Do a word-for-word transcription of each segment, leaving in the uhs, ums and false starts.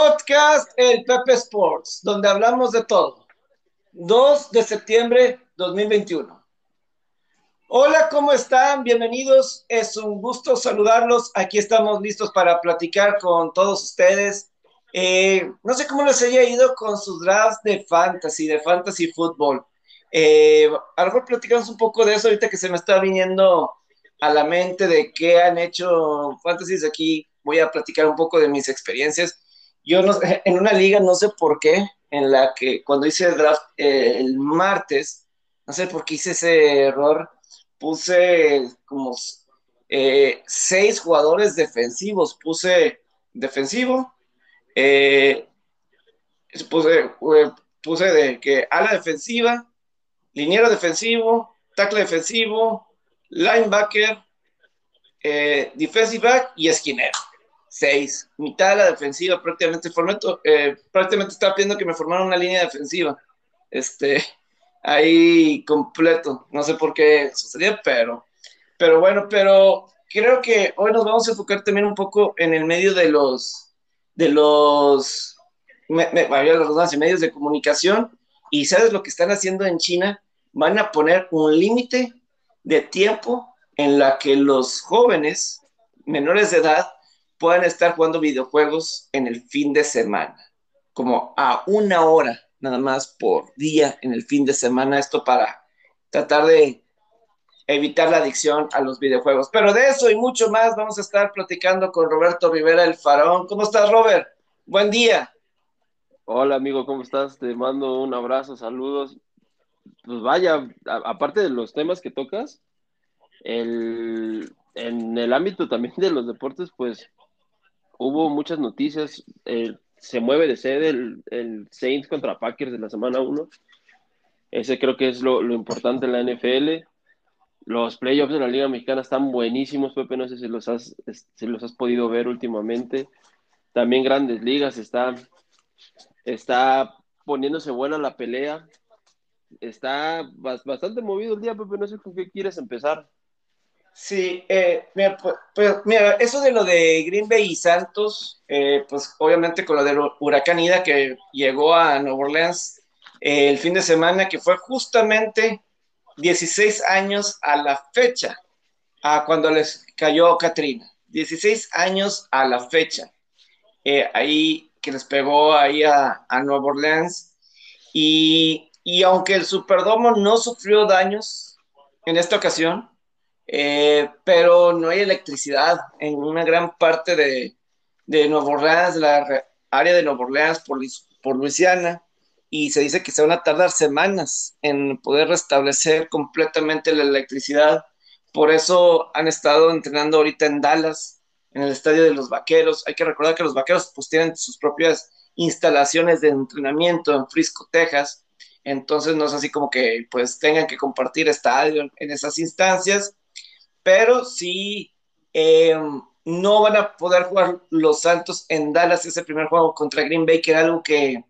podcast El Pepe Sports, donde hablamos de todo. dos de septiembre dos mil veintiuno. Hola, ¿cómo están? Bienvenidos. Es un gusto saludarlos. Aquí estamos listos para platicar con todos ustedes. Eh, no sé cómo les haya ido con sus drafts de fantasy, de fantasy fútbol. Eh, a lo mejor platicamos un poco de eso ahorita que se me está viniendo a la mente de qué han hecho fantasies. Aquí voy a platicar un poco de mis experiencias. Yo no, en una liga, no sé por qué, en la que cuando hice el draft eh, el martes, no sé por qué hice ese error, puse como eh, seis jugadores defensivos, puse defensivo, eh, puse, eh, puse de que ala defensiva, liniero defensivo, tackle defensivo, linebacker, eh, defensive back y esquinero. Seis. Mitad de la defensiva prácticamente. Formé eh, prácticamente estaba pidiendo que me formaran una línea defensiva. Este, ahí completo. No sé por qué sucedió, pero, pero bueno, pero creo que hoy nos vamos a enfocar también un poco en el medio de los, de los, me, me, los medios de comunicación. Y sabes lo que están haciendo en China, van a poner un límite de tiempo en la que los jóvenes menores de edad puedan estar jugando videojuegos en el fin de semana, como a una hora nada más por día en el fin de semana, esto para tratar de evitar la adicción a los videojuegos. Pero de eso y mucho más vamos a estar platicando con Roberto Rivera, el Faraón. ¿Cómo estás, Robert? Buen día. Hola amigo, ¿cómo estás? Te mando un abrazo, saludos. Pues vaya, a- aparte de los temas que tocas, el, en el ámbito también de los deportes, pues hubo muchas noticias. Eh, se mueve de sede el, el Saints contra Packers de la semana uno. Ese creo que es lo, lo importante en la N F L. Los playoffs de la Liga Mexicana están buenísimos, Pepe, no sé si los has, si los has podido ver últimamente. También Grandes Ligas está, está poniéndose buena la pelea. Está bas- bastante movido el día, Pepe. No sé con qué quieres empezar. Sí, eh, mira, pues, pues, mira, eso de lo de Green Bay y Santos, eh, pues obviamente con lo del huracán Ida que llegó a Nueva Orleans eh, el fin de semana, que fue justamente dieciséis años a la fecha, a cuando les cayó Katrina. Dieciséis años a la fecha, eh, ahí que les pegó ahí a, a Nueva Orleans. Y, y aunque el Superdomo no sufrió daños en esta ocasión, eh, pero no hay electricidad en una gran parte de, de Nueva Orleans, de la re- área de Nueva Orleans por, Luis- por Luisiana, y se dice que se van a tardar semanas en poder restablecer completamente la electricidad. Por eso han estado entrenando ahorita en Dallas, en el estadio de los Vaqueros. Hay que recordar que los Vaqueros pues tienen sus propias instalaciones de entrenamiento en Frisco, Texas. Entonces no es así como que pues tengan que compartir estadio en esas instancias, pero sí eh, no van a poder jugar los Santos en Dallas ese primer juego contra Green Bay, que era algo que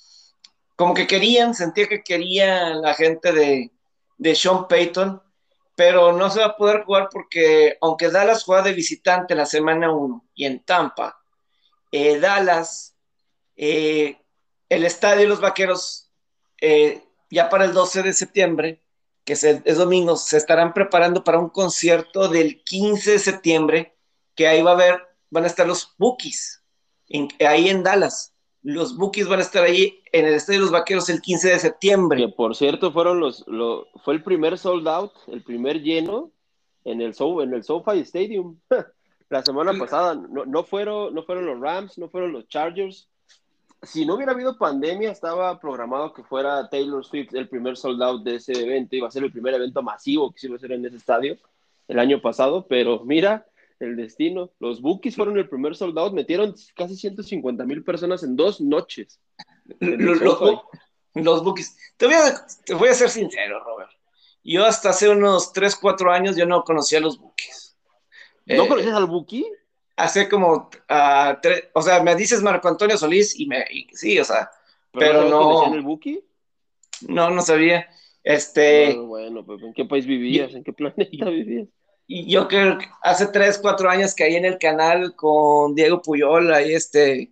como que querían, sentía que quería la gente de, de Sean Payton, pero no se va a poder jugar porque aunque Dallas juega de visitante en la semana uno y en Tampa, eh, Dallas, eh, el estadio de los Vaqueros, eh, ya para el doce de septiembre, que es, el, es domingo, se estarán preparando para un concierto del quince de septiembre, que ahí va a haber, van a estar los Bookies, en, ahí en Dallas. Los Bookies van a estar ahí en el estadio de los Vaqueros el quince de Que septiembre. por cierto fueron los, lo, fue el primer sold out, el primer lleno en el, So- en el SoFi Stadium la semana pasada. No, no fueron, no fueron los Rams, no fueron los Chargers. Si no hubiera habido pandemia, estaba programado que fuera Taylor Swift el primer sold out de ese evento. Iba a ser el primer evento masivo que se iba a hacer en ese estadio el año pasado, pero mira el destino. Los Bookies fueron el primer sold out, metieron casi ciento cincuenta mil personas en dos noches en el Los, SoFi. los Bookies. Te voy, a, te voy a ser sincero, Robert. Yo hasta hace unos tres cuatro años yo no conocía a los Bookies. ¿No Eh, conoces al Buki? hace como, uh, tres, o sea, me dices Marco Antonio Solís y me, y, sí, o sea, ¿Pero no pero sabías que le decían no, el Buki? no, no sabía. No, Este, bueno, pues ¿en qué país yo, vivías? ¿En qué planeta vivías? y yo creo que hace tres cuatro años caí en el canal con Diego Puyol, ahí este,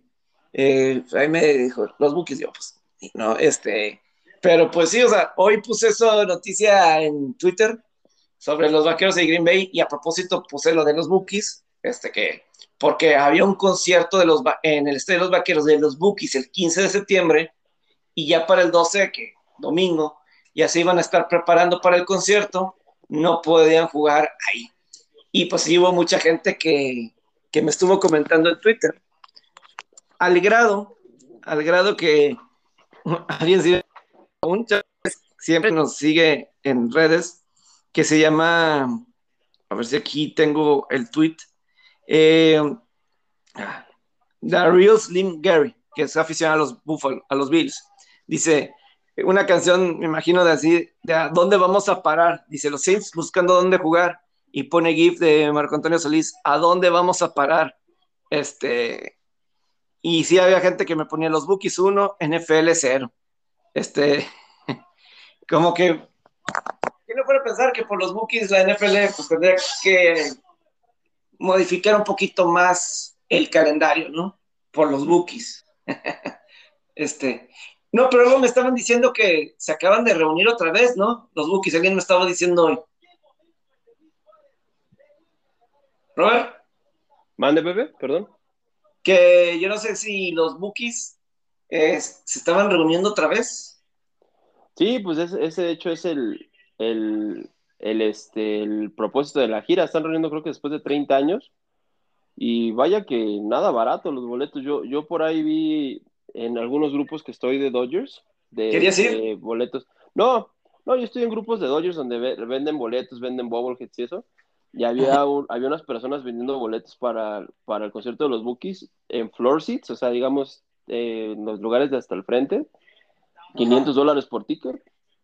Eh, ahí me dijo, los Bookies, yo, pues, no, este, pero pues sí, o sea, hoy puse eso noticia en Twitter sobre los Vaqueros de Green Bay y a propósito puse lo de los Bookies, este que, porque había un concierto de los, en el estadio de los Vaqueros de los Bookies el quince de septiembre y ya para el doce, que domingo, ya se iban a estar preparando para el concierto, no podían jugar ahí. Y pues sí hubo mucha gente que, que me estuvo comentando en Twitter, al grado, al grado que alguien sí, un chavo siempre nos sigue en redes, que se llama, a ver si aquí tengo el tweet, eh, The Real Slim Gary, que es aficionado a los Buffalo, a los Bills. Dice, una canción, me imagino, de así, de a dónde vamos a parar. Dice, los Saints buscando dónde jugar. Y pone GIF de Marco Antonio Solís, ¿a dónde vamos a parar? Este, y sí había gente que me ponía los Bookies uno, N F L cero. Este, como que, ¿quién no fuera a pensar que por los Bookies la N F L pues, tendría que modificar un poquito más el calendario, ¿no? Por los Bookies. Este, no, pero luego me estaban diciendo que se acaban de reunir otra vez, ¿no? Los Bookies, alguien me estaba diciendo hoy. Robert, Mande, Pepe, perdón. que yo no sé si los Bookies eh, se estaban reuniendo otra vez. Sí, pues ese, ese de hecho es el, el, el, este, el propósito de la gira. Están reuniendo creo que después de treinta años. Y vaya que nada barato los boletos. Yo, yo por ahí vi en algunos grupos que estoy de Dodgers, de, ¿Querías ir? de boletos. No, no, yo estoy en grupos de Dodgers donde ve- venden boletos, venden bobbleheads y eso. Y había, un- había unas personas vendiendo boletos para, para el concierto de los Bookies en floor seats, o sea, digamos, eh, en los lugares de hasta el frente, quinientos Ajá. dólares por ticket.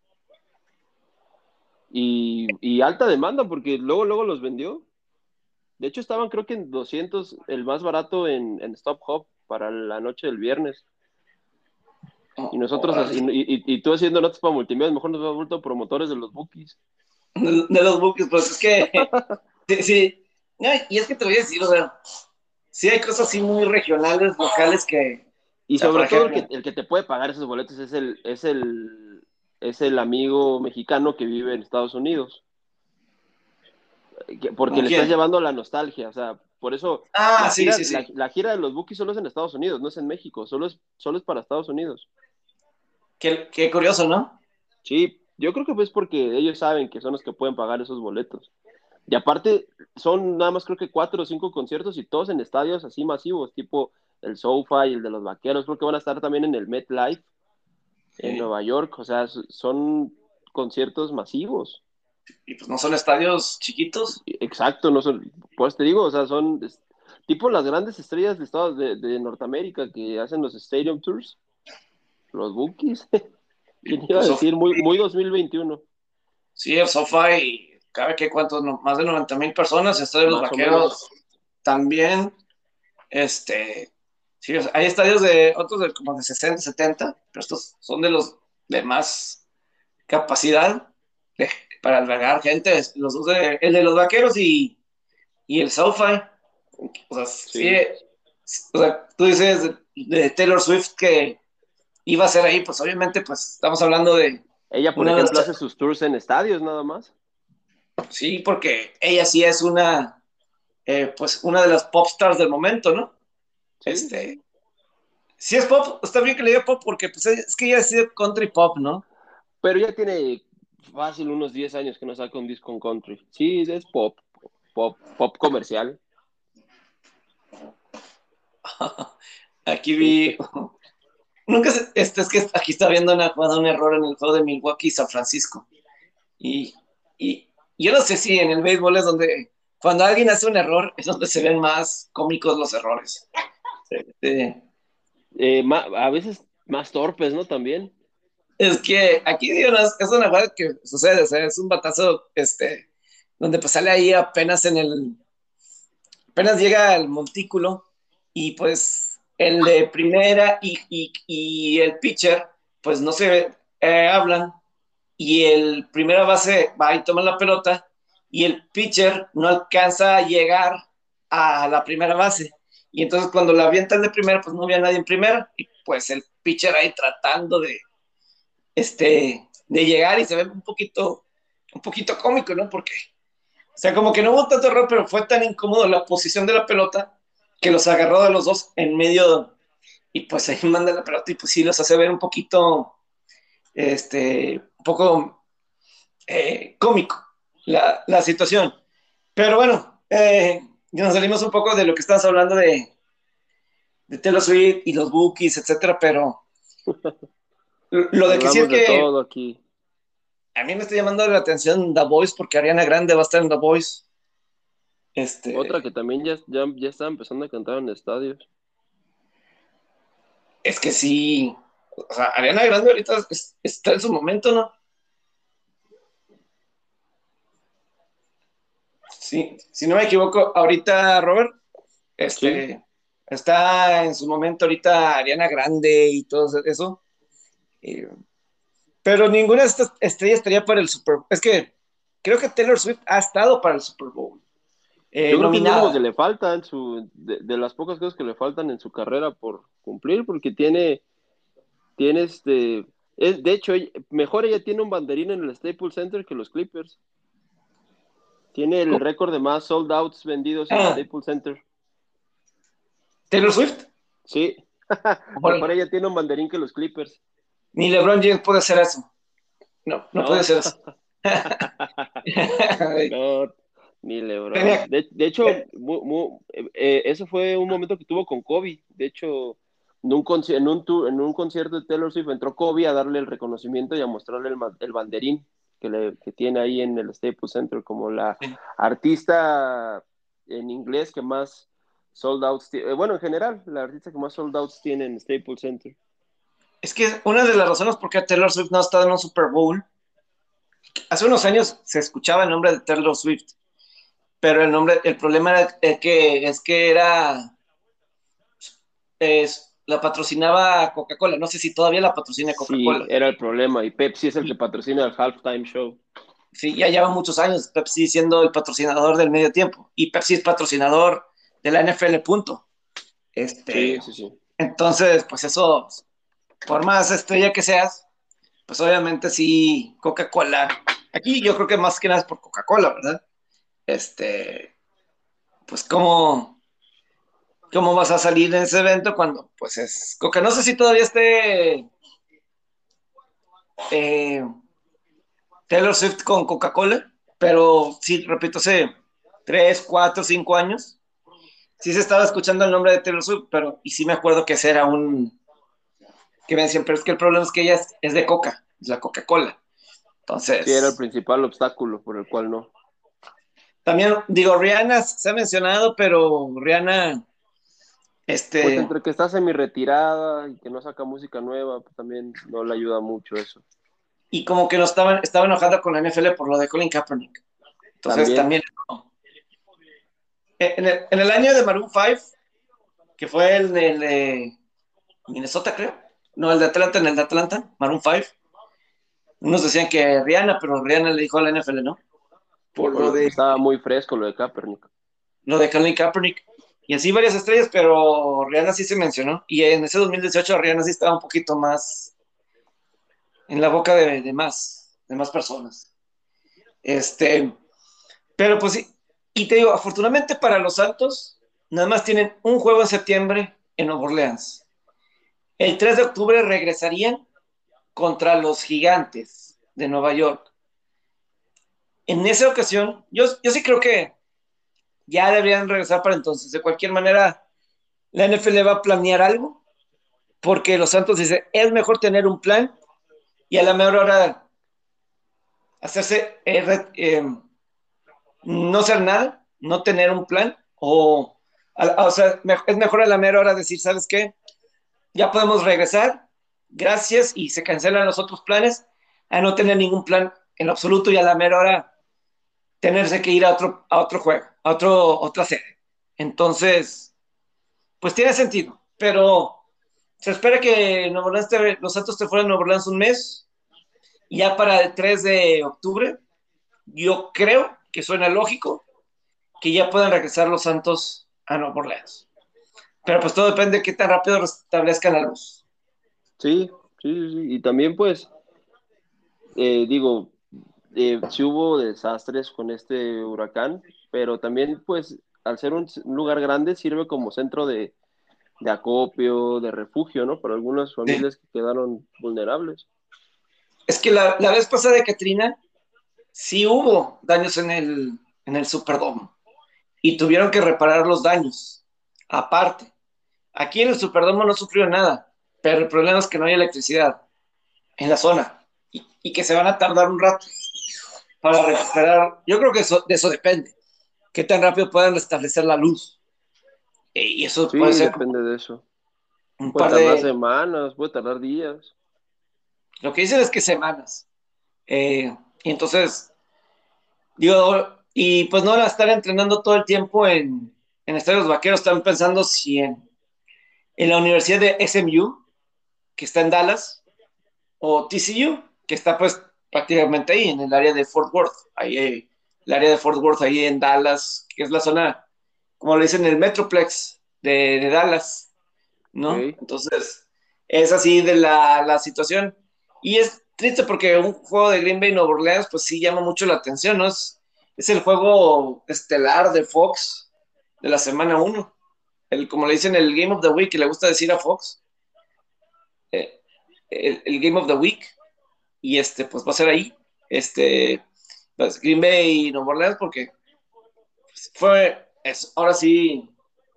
Y, y alta demanda porque luego, luego los vendió. De hecho, estaban creo que en doscientos el más barato en, en Stop Hop para la noche del viernes. Y Oh, nosotros, así- órale. y, y, y tú haciendo notas para multimedia, mejor nos hemos vuelto promotores de los bookies. De, de los Bookies, pues es que, sí, sí. No, y es que te voy a decir, o sea, sí hay cosas así muy regionales, locales que, o Y sea, por sobre todo el que, ejemplo, el que te puede pagar esos boletos es el, es el, es el amigo mexicano que vive en Estados Unidos. Que- porque ¿con le estás quién? llevando la nostalgia. O sea, por eso Ah, la sí, gira, sí, la, sí. la gira de los bookies solo es en Estados Unidos, no es en México, solo es, solo es para Estados Unidos. Qué, qué curioso, ¿no? Sí, yo creo que pues porque ellos saben que son los que pueden pagar esos boletos. Y aparte, son nada más creo que cuatro o cinco conciertos y todos en estadios así masivos, tipo el SoFi y el de los Vaqueros. Creo que van a estar también en el MetLife en Sí. Nueva York. O sea, son conciertos masivos. Y pues no son estadios chiquitos. Exacto, no son, pues te digo, o sea, son es- tipo las grandes estrellas de Estados de, de Norteamérica que hacen los Stadium Tours, los Bookies. Y ¿Quién iba a pues decir? Muy, SoFi, muy dos mil veintiuno, sí, el SoFi, cabe que cuántos, no, más de noventa mil personas, estadios de los más o menos. vaqueros también, este, sí, o sea, hay estadios de otros de como de sesenta, setenta, pero estos son de los de más capacidad de- para albergar gente, los dos de, el de los vaqueros y, y el SoFi, o sea, sí, Sí. o sea, tú dices de, de Taylor Swift que iba a ser ahí, pues obviamente, pues estamos hablando de Ella, por una de las. ejemplo, hace sus tours en estadios nada más. Sí, porque ella sí es una, eh, pues una de las pop stars del momento, ¿no? Sí, sí, Este, sí. sí es pop, está bien que le diga pop porque pues es que ella es country pop, ¿no? Pero ya tiene fácil unos diez años que no saca un disco en country. Sí, es pop, pop, pop comercial. Aquí Sí. vi, nunca se, este, es que aquí está viendo una jugada, un error en el juego de Milwaukee y San Francisco. Y, y yo no sé si en el béisbol es donde, cuando alguien hace un error, es donde se ven más cómicos los errores. Este, Eh, ma- a veces más torpes, ¿no? También. es que aquí digo, no, es, es una jugada que sucede, o sea, es un batazo, este, donde pues sale ahí apenas en el, apenas llega al montículo y pues el de primera y, y, y el pitcher, pues no se eh, hablan y el primera base va y toma la pelota y el pitcher no alcanza a llegar a la primera base Y entonces cuando la avientan de primera, pues no había nadie en primera, y pues el pitcher ahí tratando de, este, de llegar y se ve un poquito, un poquito cómico, ¿no? Porque, o sea, como que no hubo tanto error, pero fue tan incómodo la posición de la pelota que los agarró de los dos en medio y pues ahí manda la pelota y pues sí los hace ver un poquito, este, un poco eh, cómico la, la situación. Pero bueno, eh, nos salimos un poco de lo que estás hablando de, de Taylor Swift y los Bookies, etcétera, pero lo de que sí es Hablamos de que todo aquí. a mí me está llamando la atención The Voice porque Ariana Grande va a estar en The Voice. Otra Este, que también ya, ya, ya está empezando a cantar en estadios. es que sí, o sea, Ariana Grande ahorita es- está en su momento, ¿no? Sí, si no me equivoco, ahorita Robert, Sí, este, está en su momento ahorita Ariana Grande y todo eso. Eh, pero ninguna de estas estrellas estaría para el Super Bowl. Es que creo que Taylor Swift ha estado para el Super Bowl, eh, yo creo que es lo único que nominada. le falta en su, de, de las pocas cosas que le faltan en su carrera por cumplir, porque tiene, tiene este, es, de hecho, ella- mejor ella tiene un banderín en el Staples Center que los Clippers. Tiene el ¿Cómo? récord de más sold outs vendidos en Ah, Staples Center. Taylor Swift. Sí, mejor Órale. ella tiene un banderín que los Clippers. Ni LeBron James puede hacer eso. No, no puede No, ser eso. no, ni LeBron. Tenía, De, de hecho, mu- mu- eh, eh, eso fue un momento que tuvo con Kobe. De hecho, en un, conci- en un, tour- en un concierto de Taylor Swift entró Kobe a darle el reconocimiento y a mostrarle el, ma- el banderín que, le, que tiene ahí en el Staples Center como la artista en inglés que más sold outs tiene. Bueno, en general, la artista que más sold outs tiene en Staples Center. es que una de las razones por qué Taylor Swift no ha estado en un Super Bowl, hace unos años se escuchaba el nombre de Taylor Swift, pero el nombre, el problema era eh, que es que era es, la patrocinaba Coca-Cola. No sé si todavía la patrocina Sí, Coca-Cola. era el problema. Y Pepsi es el que Y patrocina el halftime show. sí, ya lleva muchos años Pepsi siendo el patrocinador del medio tiempo. Y Pepsi es patrocinador de la N F L, punto. Sí, Este, sí, sí. entonces, pues eso, por más estrella que seas, pues obviamente sí, Coca-Cola. Aquí yo creo que más que nada es por Coca-Cola, ¿verdad? Este, pues cómo, cómo vas a salir en ese evento cuando, pues es Coca. No sé si todavía esté eh, Taylor Swift con Coca-Cola, pero sí, repito, hace tres, cuatro, cinco años, sí se estaba escuchando el nombre de Taylor Swift, pero y sí me acuerdo que ese era un, que me decían, pero es que el problema es que ella es, es de Coca, es la Coca-Cola. Sí, era el Entonces, principal obstáculo por el cual no. también digo, Rihanna se ha mencionado, pero Rihanna, Pues este, entre que está semi retirada y que no saca música nueva, pues también no le ayuda mucho eso. y como que no estaba, estaba enojada con la N F L por lo de Colin Kaepernick. Entonces, También, también, ¿no? en, el, en el año de Maroon cinco, que fue el de Minnesota, creo, no, el de Atlanta, en el de Atlanta, Maroon cinco, unos decían que Rihanna, pero Rihanna le dijo a la N F L, ¿no? Por por lo lo- porque de estaba muy fresco lo de Kaepernick. lo de Colin Kaepernick. Y así varias estrellas, pero Rihanna sí se mencionó. Y en ese dos mil dieciocho Rihanna sí estaba un poquito más en la boca de, de más, de más personas. Este, pero pues sí. Y te digo, afortunadamente para los Santos, nada más tienen un juego en septiembre en Nueva Orleans. El tres de octubre regresarían contra los Gigantes de Nueva York. En esa ocasión, yo, yo sí creo que ya deberían regresar para entonces. De cualquier manera, la N F L va a planear algo, porque los Santos dicen, es mejor tener un plan y a la mejor hora hacerse, eh, eh, no hacer nada, no tener un plan, o, a, o sea, es mejor a la mejor hora decir, ¿sabes qué? Ya podemos regresar, gracias, y se cancelan los otros planes, a no tener ningún plan en absoluto y a la mera hora tenerse que ir a otro, a otro juego, a otro, otra sede. Entonces, pues tiene sentido, pero se espera que Nuevo Orleans te, los Santos te fueran a Nuevo Orleans un mes, y ya para el tres de octubre, yo creo que suena lógico que ya puedan regresar los Santos a Nueva Orleans. Pero pues todo depende de qué tan rápido restablezcan la luz. Sí, sí, sí, sí. Y también pues, eh, digo, eh, sí hubo desastres con este huracán, pero también pues al ser un, un lugar grande sirve como centro de, de acopio, de refugio, ¿no? Para algunas Sí. familias que quedaron vulnerables. Es que la, la vez pasada de Katrina, sí hubo daños en el, en el Superdome y tuvieron que reparar los daños. Aparte, aquí en el Superdome no sufrió nada, pero el problema es que no hay electricidad en la zona y, y que se van a tardar un rato para recuperar. Yo creo que eso, de eso depende, qué tan rápido puedan restablecer la luz. E- Y eso puede Sí, ser como depende de eso. un Puede par tardar de, semanas, puede tardar días. lo que dicen es que semanas. Eh, y entonces, digo, y pues no van a estar entrenando todo el tiempo en, en estadios vaqueros, están pensando si en, en la Universidad de S M U, que está en Dallas, o T C U, que está pues prácticamente ahí, en el área de Fort Worth, ahí, eh, el área de Fort Worth, ahí en Dallas, que es la zona, como le dicen, el Metroplex de, de Dallas, ¿no? Ok. Entonces, es así de la, la situación. Y es triste porque un juego de Green Bay Nueva Orleans, pues sí llama mucho la atención, ¿no? Es, es el juego estelar de Fox de la semana uno. El, como le dicen, el Game of the Week, que le gusta decir a Fox, eh, el, el Game of the Week. Y este, pues va a ser ahí, este, pues Green Bay y Nueva Orleans, porque fue, es, ahora sí,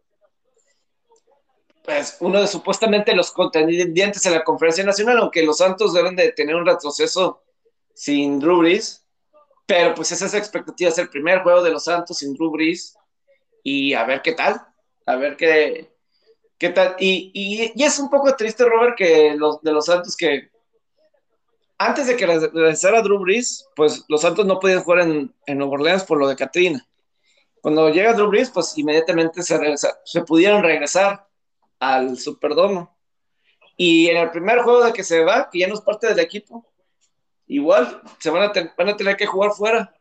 pues uno de supuestamente los contendientes en la conferencia nacional, aunque los Santos deben de tener un retroceso sin Drew Brees, pero pues esa es la expectativa, es el primer juego de los Santos sin Drew Brees, y a ver qué tal, a ver qué, qué tal, y, y, y es un poco triste, Robert, que los de los Santos que antes de que regresara Drew Brees, pues los Santos no podían jugar en, en Nueva Orleans por lo de Katrina. Cuando llega Drew Brees, pues inmediatamente se, regresa, se pudieron regresar al Superdomo. Y en el primer juego de que se va, que ya no es parte del equipo, igual se van a, ten, van a tener que jugar fuera.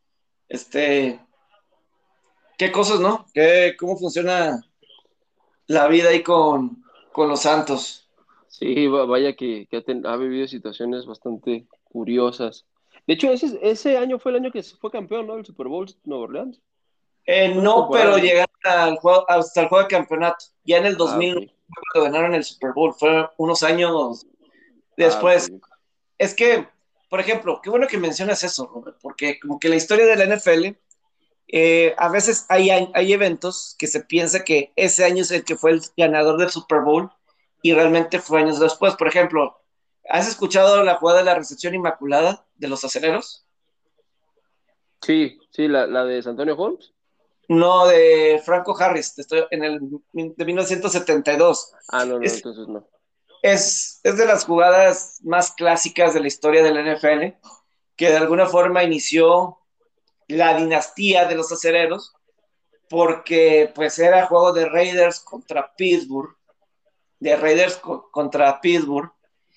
Este, qué cosas, ¿no? ¿Qué, ¿Cómo funciona la vida ahí con, con los Santos? Sí, va- vaya que, que ha, ten- ha vivido situaciones bastante curiosas. De hecho, ese, ese año fue el año que se fue campeón, ¿no? El Super Bowl Nueva Orleans. Eh, Fue esa no, pero temporada, ¿no? llegaron al juego, hasta el juego de campeonato. Ya en el Ah, ok. dos mil nueve cuando ganaron el Super Bowl, fue unos años Ah, ok. después. Es que, por ejemplo, qué bueno que mencionas eso, Robert, porque como que la historia de la N F L, eh, a veces hay, hay, hay eventos que se piensa que ese año es el que fue el ganador del Super Bowl y realmente fue años después. Por ejemplo, ¿has escuchado la jugada de la recepción inmaculada de los aceleros? Sí, sí, la, la de San Antonio Holmes. No, de Franco Harris, te estoy, en el de mil novecientos setenta y dos. Ah, no, no, Es, entonces no. es, es de las jugadas más clásicas de la historia de la N F L, que de alguna forma inició la dinastía de los acereros, porque pues era juego de Raiders contra Pittsburgh, de Raiders co contra Pittsburgh,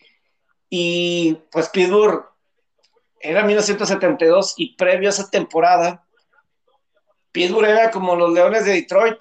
y pues Pittsburgh era mil novecientos setenta y dos y previo a esa temporada, Pittsburgh era como los Leones de Detroit,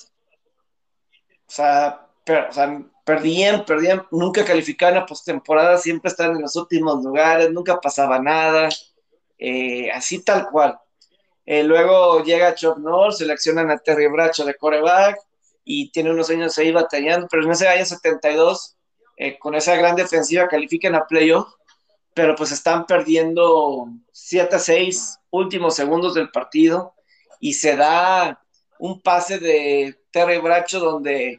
o sea, per, o sea perdían, perdían, nunca calificaban a postemporada, siempre estaban en los últimos lugares, nunca pasaba nada, eh, así tal cual. Eh, luego llega Chuck Norris, seleccionan a Terry Bradshaw de quarterback y tiene unos años ahí batallando, pero en ese año setenta y dos, eh, con esa gran defensiva, califican a playoff, pero pues están perdiendo siete a seis últimos segundos del partido y se da un pase de Terry Bradshaw donde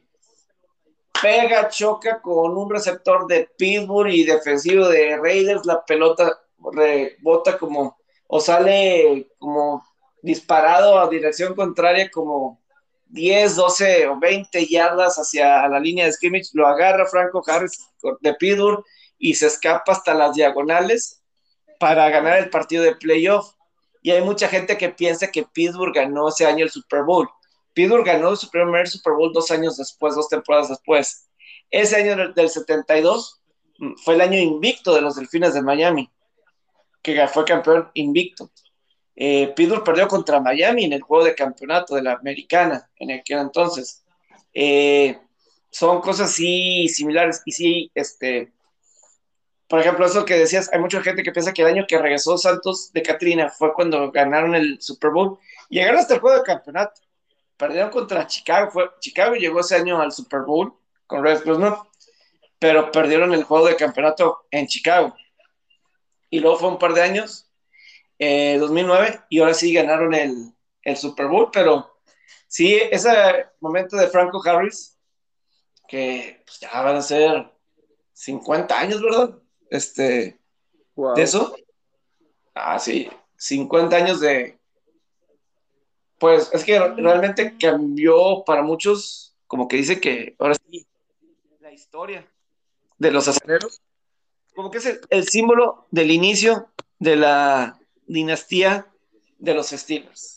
pega, choca con un receptor de Pittsburgh y defensivo de Raiders, la pelota rebota como, o sale como disparado a dirección contraria como diez, doce o veinte yardas hacia la línea de scrimmage, lo agarra Franco Harris de Pittsburgh y se escapa hasta las diagonales para ganar el partido de playoff. Y hay mucha gente que piensa que Pittsburgh ganó ese año el Super Bowl. Pittsburgh ganó su primer Super Bowl dos años después, dos temporadas después. Ese año del setenta y dos fue el año invicto de los Delfines de Miami, que fue campeón invicto. Eh, Pittsburgh perdió contra Miami en el juego de campeonato de la Americana en aquel entonces. Eh, son cosas sí similares. Y sí, este, por ejemplo, eso que decías, hay mucha gente que piensa que el año que regresó Santos de Catrina fue cuando ganaron el Super Bowl. Llegaron hasta el juego de campeonato. Perdieron contra Chicago. Fue, Chicago llegó ese año al Super Bowl con Red Plus, ¿no? Pero perdieron el juego de campeonato en Chicago. Y luego fue un par de años, eh, dos mil nueve, y ahora sí ganaron el, el Super Bowl. Pero sí, ese momento de Franco Harris, que pues, ya van a ser cincuenta años, ¿verdad? Este, de Wow. eso. Ah, sí, cincuenta años de... Pues es que realmente cambió para muchos, como que dice que ahora sí, la historia de los acereros, como que es el, el símbolo del inicio de la dinastía de los Steelers.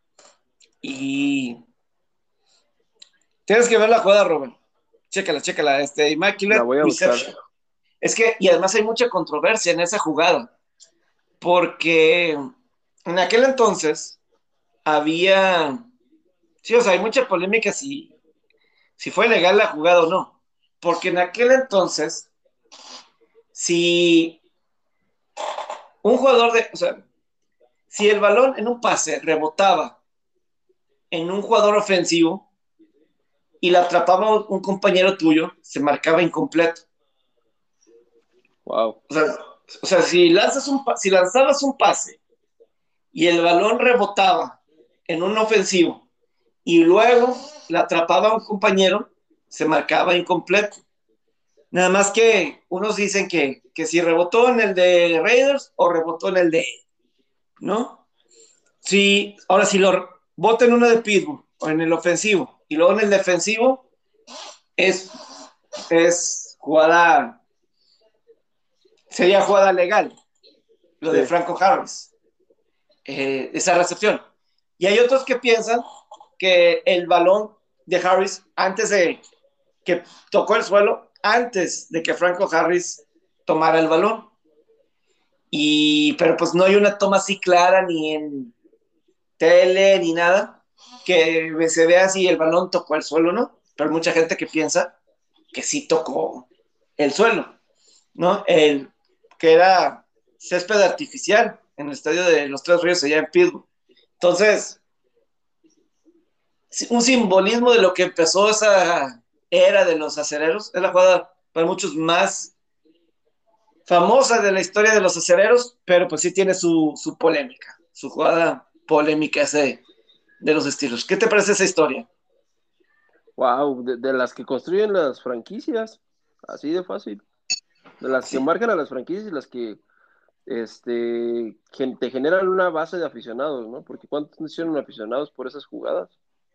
Y tienes que ver la jugada, Robert. Chécala, chécala. Este, La Immaculate voy a buscar. Reception. Es que, y además hay mucha controversia en esa jugada, porque en aquel entonces había, sí, o sea, hay mucha polémica si, si fue legal la jugada o no, porque en aquel entonces, si un jugador de, o sea, si el balón en un pase rebotaba en un jugador ofensivo y la atrapaba un compañero tuyo, se marcaba incompleto. Wow. O sea, o sea si, lanzas un, si lanzabas un pase y el balón rebotaba en un ofensivo y luego la atrapaba un compañero, se marcaba incompleto. Nada más que unos dicen que, que si rebotó en el de Raiders o rebotó en el de, ¿no? Si, ahora si lo bota en uno de Pittsburgh o en el ofensivo y luego en el defensivo, es, es jugada, sería jugada legal, lo de Sí. Franco Harris, eh, esa recepción. Y hay otros que piensan que el balón de Harris, antes de que tocó el suelo, antes de que Franco Harris tomara el balón. Y, pero pues no hay una toma así clara ni en tele ni nada que se vea si el balón tocó el suelo o no. Pero hay mucha gente que piensa que sí tocó el suelo, ¿no? El, que era césped artificial en el estadio de los Tres Ríos allá en Pittsburgh. Entonces, un simbolismo de lo que empezó esa era de los acereros. Es la jugada para muchos más famosa de la historia de los acereros, pero pues sí tiene su, su polémica, su jugada polémica ese de los estilos. ¿Qué te parece esa historia? Wow. De, de las que construyen las franquicias. Así de fácil. De las que Sí. marcan a las franquicias y las que este, gen- te generan una base de aficionados, ¿no? Porque ¿cuántos no hicieron aficionados por esas jugadas?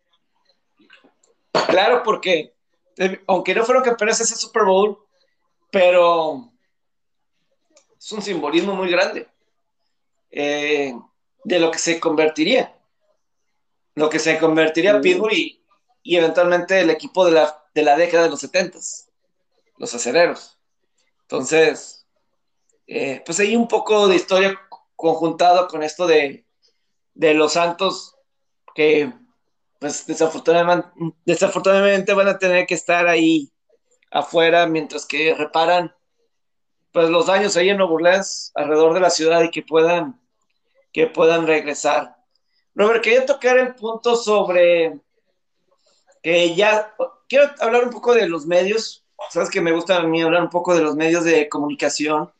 Claro, porque eh, aunque no fueron campeones ese Super Bowl, pero es un simbolismo muy grande eh, de lo que se convertiría, lo que se convertiría Sí. Pittsburgh y, y eventualmente el equipo de la, de la década de los setentas, los acereros. Entonces, eh, pues hay un poco de historia conjuntado con esto de, de los Santos que pues desafortunadamente, desafortunadamente van a tener que estar ahí afuera mientras que reparan pues los daños ahí en Nueva Orleans alrededor de la ciudad y que puedan que puedan regresar. Robert, quería tocar el punto sobre que ya quiero hablar un poco de los medios. Sabes que me gusta a mí hablar un poco de los medios de comunicación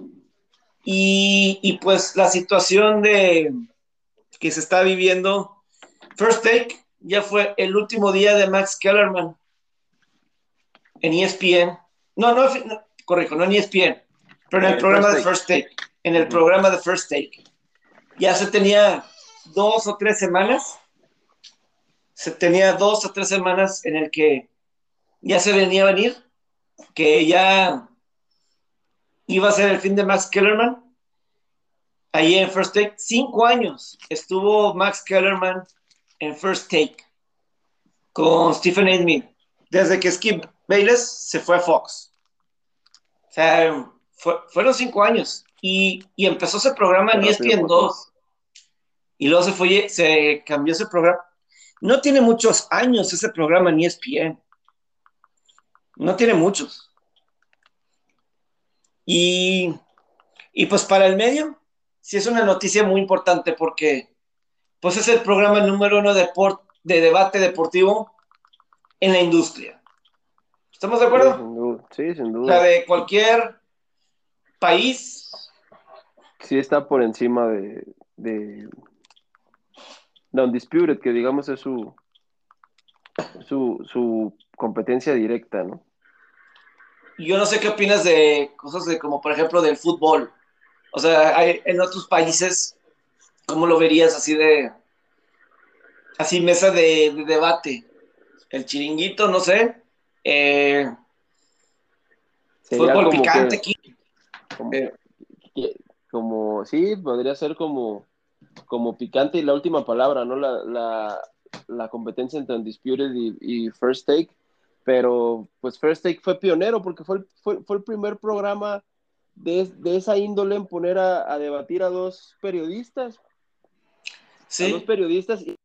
y, y pues la situación de que se está viviendo. First Take ya fue el último día de Max Kellerman en E S P N. No, no, no corrijo, no en E S P N, pero en el En First programa de Take. First Take. En el Ujú. programa de First Take. Ya se tenía dos o tres semanas. Se tenía dos o tres semanas en el que ya se venía a venir, que ya iba a ser el fin de Max Kellerman. Ahí en First Take, cinco años estuvo Max Kellerman en First Take con Stephen A. Smith, desde que Skip Bayless se fue a Fox. O sea, fue, fueron cinco años. Y, y empezó ese programa Qué en rápido E S P N pasó. dos. Y luego se fue, se cambió ese programa. No tiene muchos años ese programa en E S P N. No tiene muchos. Y, y pues para el medio, sí es una noticia muy importante porque pues es el programa número uno de, por, de debate deportivo en la industria. ¿Estamos de Sí, acuerdo? sin duda. Sí, sin O sea, duda. de cualquier país. Sí está por encima de, de, de Undisputed, que digamos es su, su, su competencia directa, ¿no? Y yo no sé qué opinas de cosas de como por ejemplo del fútbol. O sea, hay, en otros países, ¿cómo lo verías así de, así mesa de, de debate? El chiringuito, no sé. Eh, Sería fútbol como picante que, aquí. como, Eh, que- como, sí, podría ser como, como picante y la última palabra, ¿no? La, la, la competencia entre Undisputed y, y First Take, pero pues First Take fue pionero porque fue el, fue, fue el primer programa de, de esa índole en poner a, a debatir a dos periodistas, a dos sí, periodistas y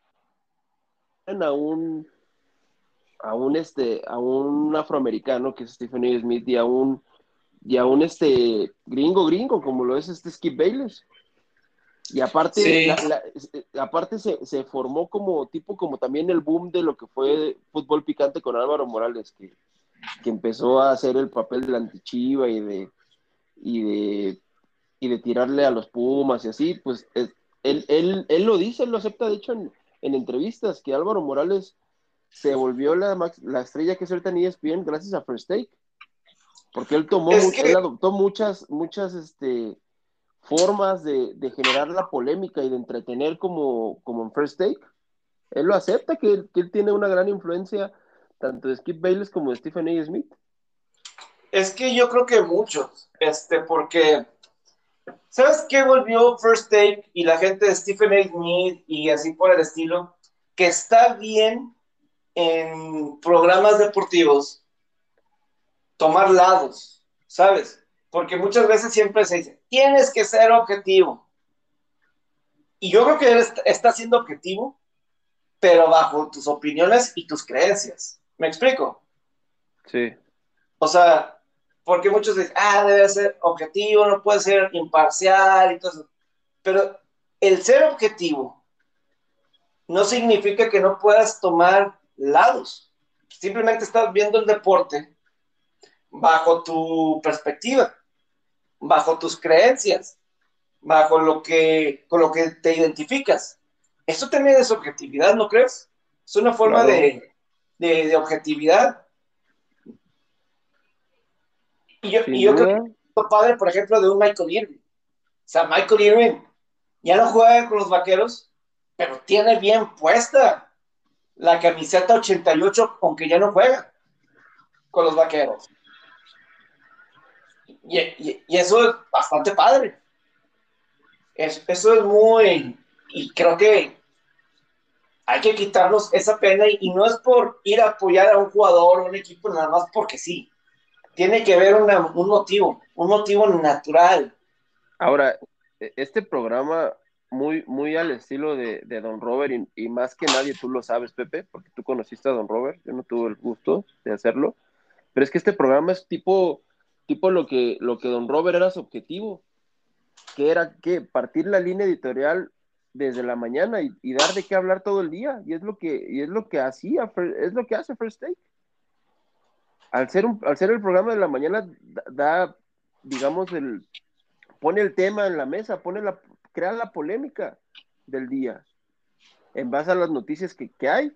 a un, a un, este, a un afroamericano que es Stephen A. Smith y a un, y a un este, gringo gringo como lo es este Skip Bayless. Y aparte, sí, la, la, aparte se, se, formó como tipo como también el boom de lo que fue fútbol picante con Álvaro Morales, que, que empezó a hacer el papel del antichiva y de, y de, y de tirarle a los Pumas y así, pues él, él, él lo dice, él lo acepta de hecho en, en entrevistas, que Álvaro Morales se volvió la, la estrella que es ahorita en E S P N gracias a First Take, porque él es tomó, él que, adoptó muchas, muchas, este, formas de, de, generar la polémica y de entretener como, como en First Take. Él lo acepta que él, que él tiene una gran influencia tanto de Skip Bayless como de Stephen A. Smith. es que yo creo que muchos, este, porque, ¿sabes qué volvió First Take y la gente de Stephen A. Smith y así por el estilo? Que está bien en programas deportivos tomar lados, ¿sabes? Porque muchas veces siempre se dice, tienes que ser objetivo. Y yo creo que él está siendo objetivo, pero bajo tus opiniones y tus creencias. ¿Me explico? Sí. O sea, porque muchos dicen, ah, debe ser objetivo, no puede ser imparcial y todo eso. Pero el ser objetivo no significa que no puedas tomar lados. Simplemente estás viendo el deporte bajo tu perspectiva, bajo tus creencias, bajo lo que, con lo que te identificas. Eso también es objetividad, ¿no crees? Es una forma Claro, de, de, de objetividad. Y yo, y sin yo creo que duda. es padre, por ejemplo, de un Michael Irving. O sea, Michael Irving ya no juega con los vaqueros, pero tiene bien puesta la camiseta ochenta y ocho, aunque ya no juega con los vaqueros. Y, y, y eso es bastante padre. Es, eso es muy. Y creo que hay que quitarnos esa pena y, y no es por ir a apoyar a un jugador o un equipo nada más porque sí. Tiene que haber una, un motivo, un motivo natural. Ahora, e, este programa muy, muy al estilo de, de Don Robert y, y, más que nadie tú lo sabes, Pepe, porque tú conociste a Don Robert, yo no tuve el gusto de hacerlo, pero es que este programa es tipo, tipo lo que, lo que Don Robert era su objetivo, que era que partir la línea editorial desde la mañana y, y, dar de qué hablar todo el día, y es lo que, y es lo que hacía, es lo que hace First Take. Al ser, un, al ser el programa de la mañana, da, da digamos, el, pone el tema en la mesa, pone la, crea la polémica del día, en base a las noticias que, que hay.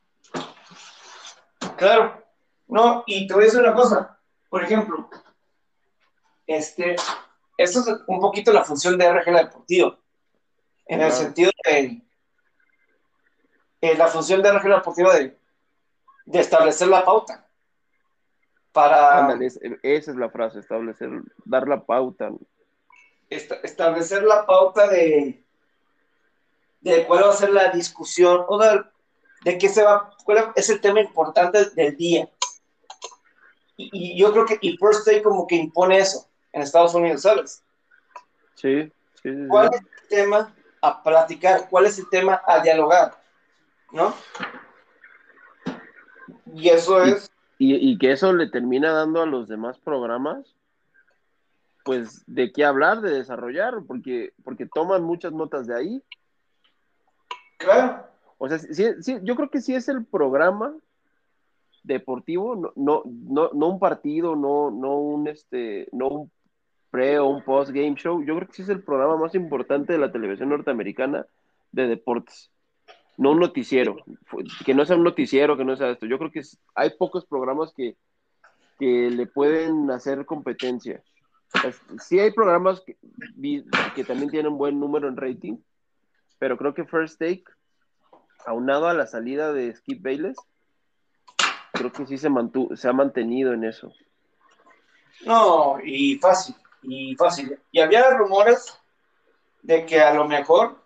Claro. No, y te voy a decir una cosa. Por ejemplo, este, esto es un poquito la función de R G la Deportiva, en el Claro. sentido de eh, la función de R G la Deportiva de, de establecer la pauta para Ándale, es, esa es la frase, establecer, dar la pauta. est establecer la pauta de, de cuál va a ser la discusión o de, de qué se va, cuál es el tema importante del día. Y, y yo creo que y First Take como que impone eso en Estados Unidos, ¿sabes? Sí, sí, sí, ¿Cuál sí. es el tema a platicar? ¿Cuál es el tema a dialogar? ¿No? Y eso Y, es. y, y que eso le termina dando a los demás programas, pues, de qué hablar, de desarrollar, porque, porque toman muchas notas de ahí. Claro. O sea, sí, sí, yo creo que sí es el programa deportivo, no, no, no, no un partido, no, no un este, no un pre o un post game show. Yo creo que sí es el programa más importante de la televisión norteamericana de deportes. No un noticiero, que no sea un noticiero, que no sea esto. Yo creo que es, hay pocos programas que, que le pueden hacer competencia. O sea, sí hay programas que, que también tienen buen número en rating, pero creo que First Take, aunado a la salida de Skip Bayless, creo que sí se, mantuvo, se ha mantenido en eso. No, y fácil, y fácil. Y había rumores de que a lo mejor,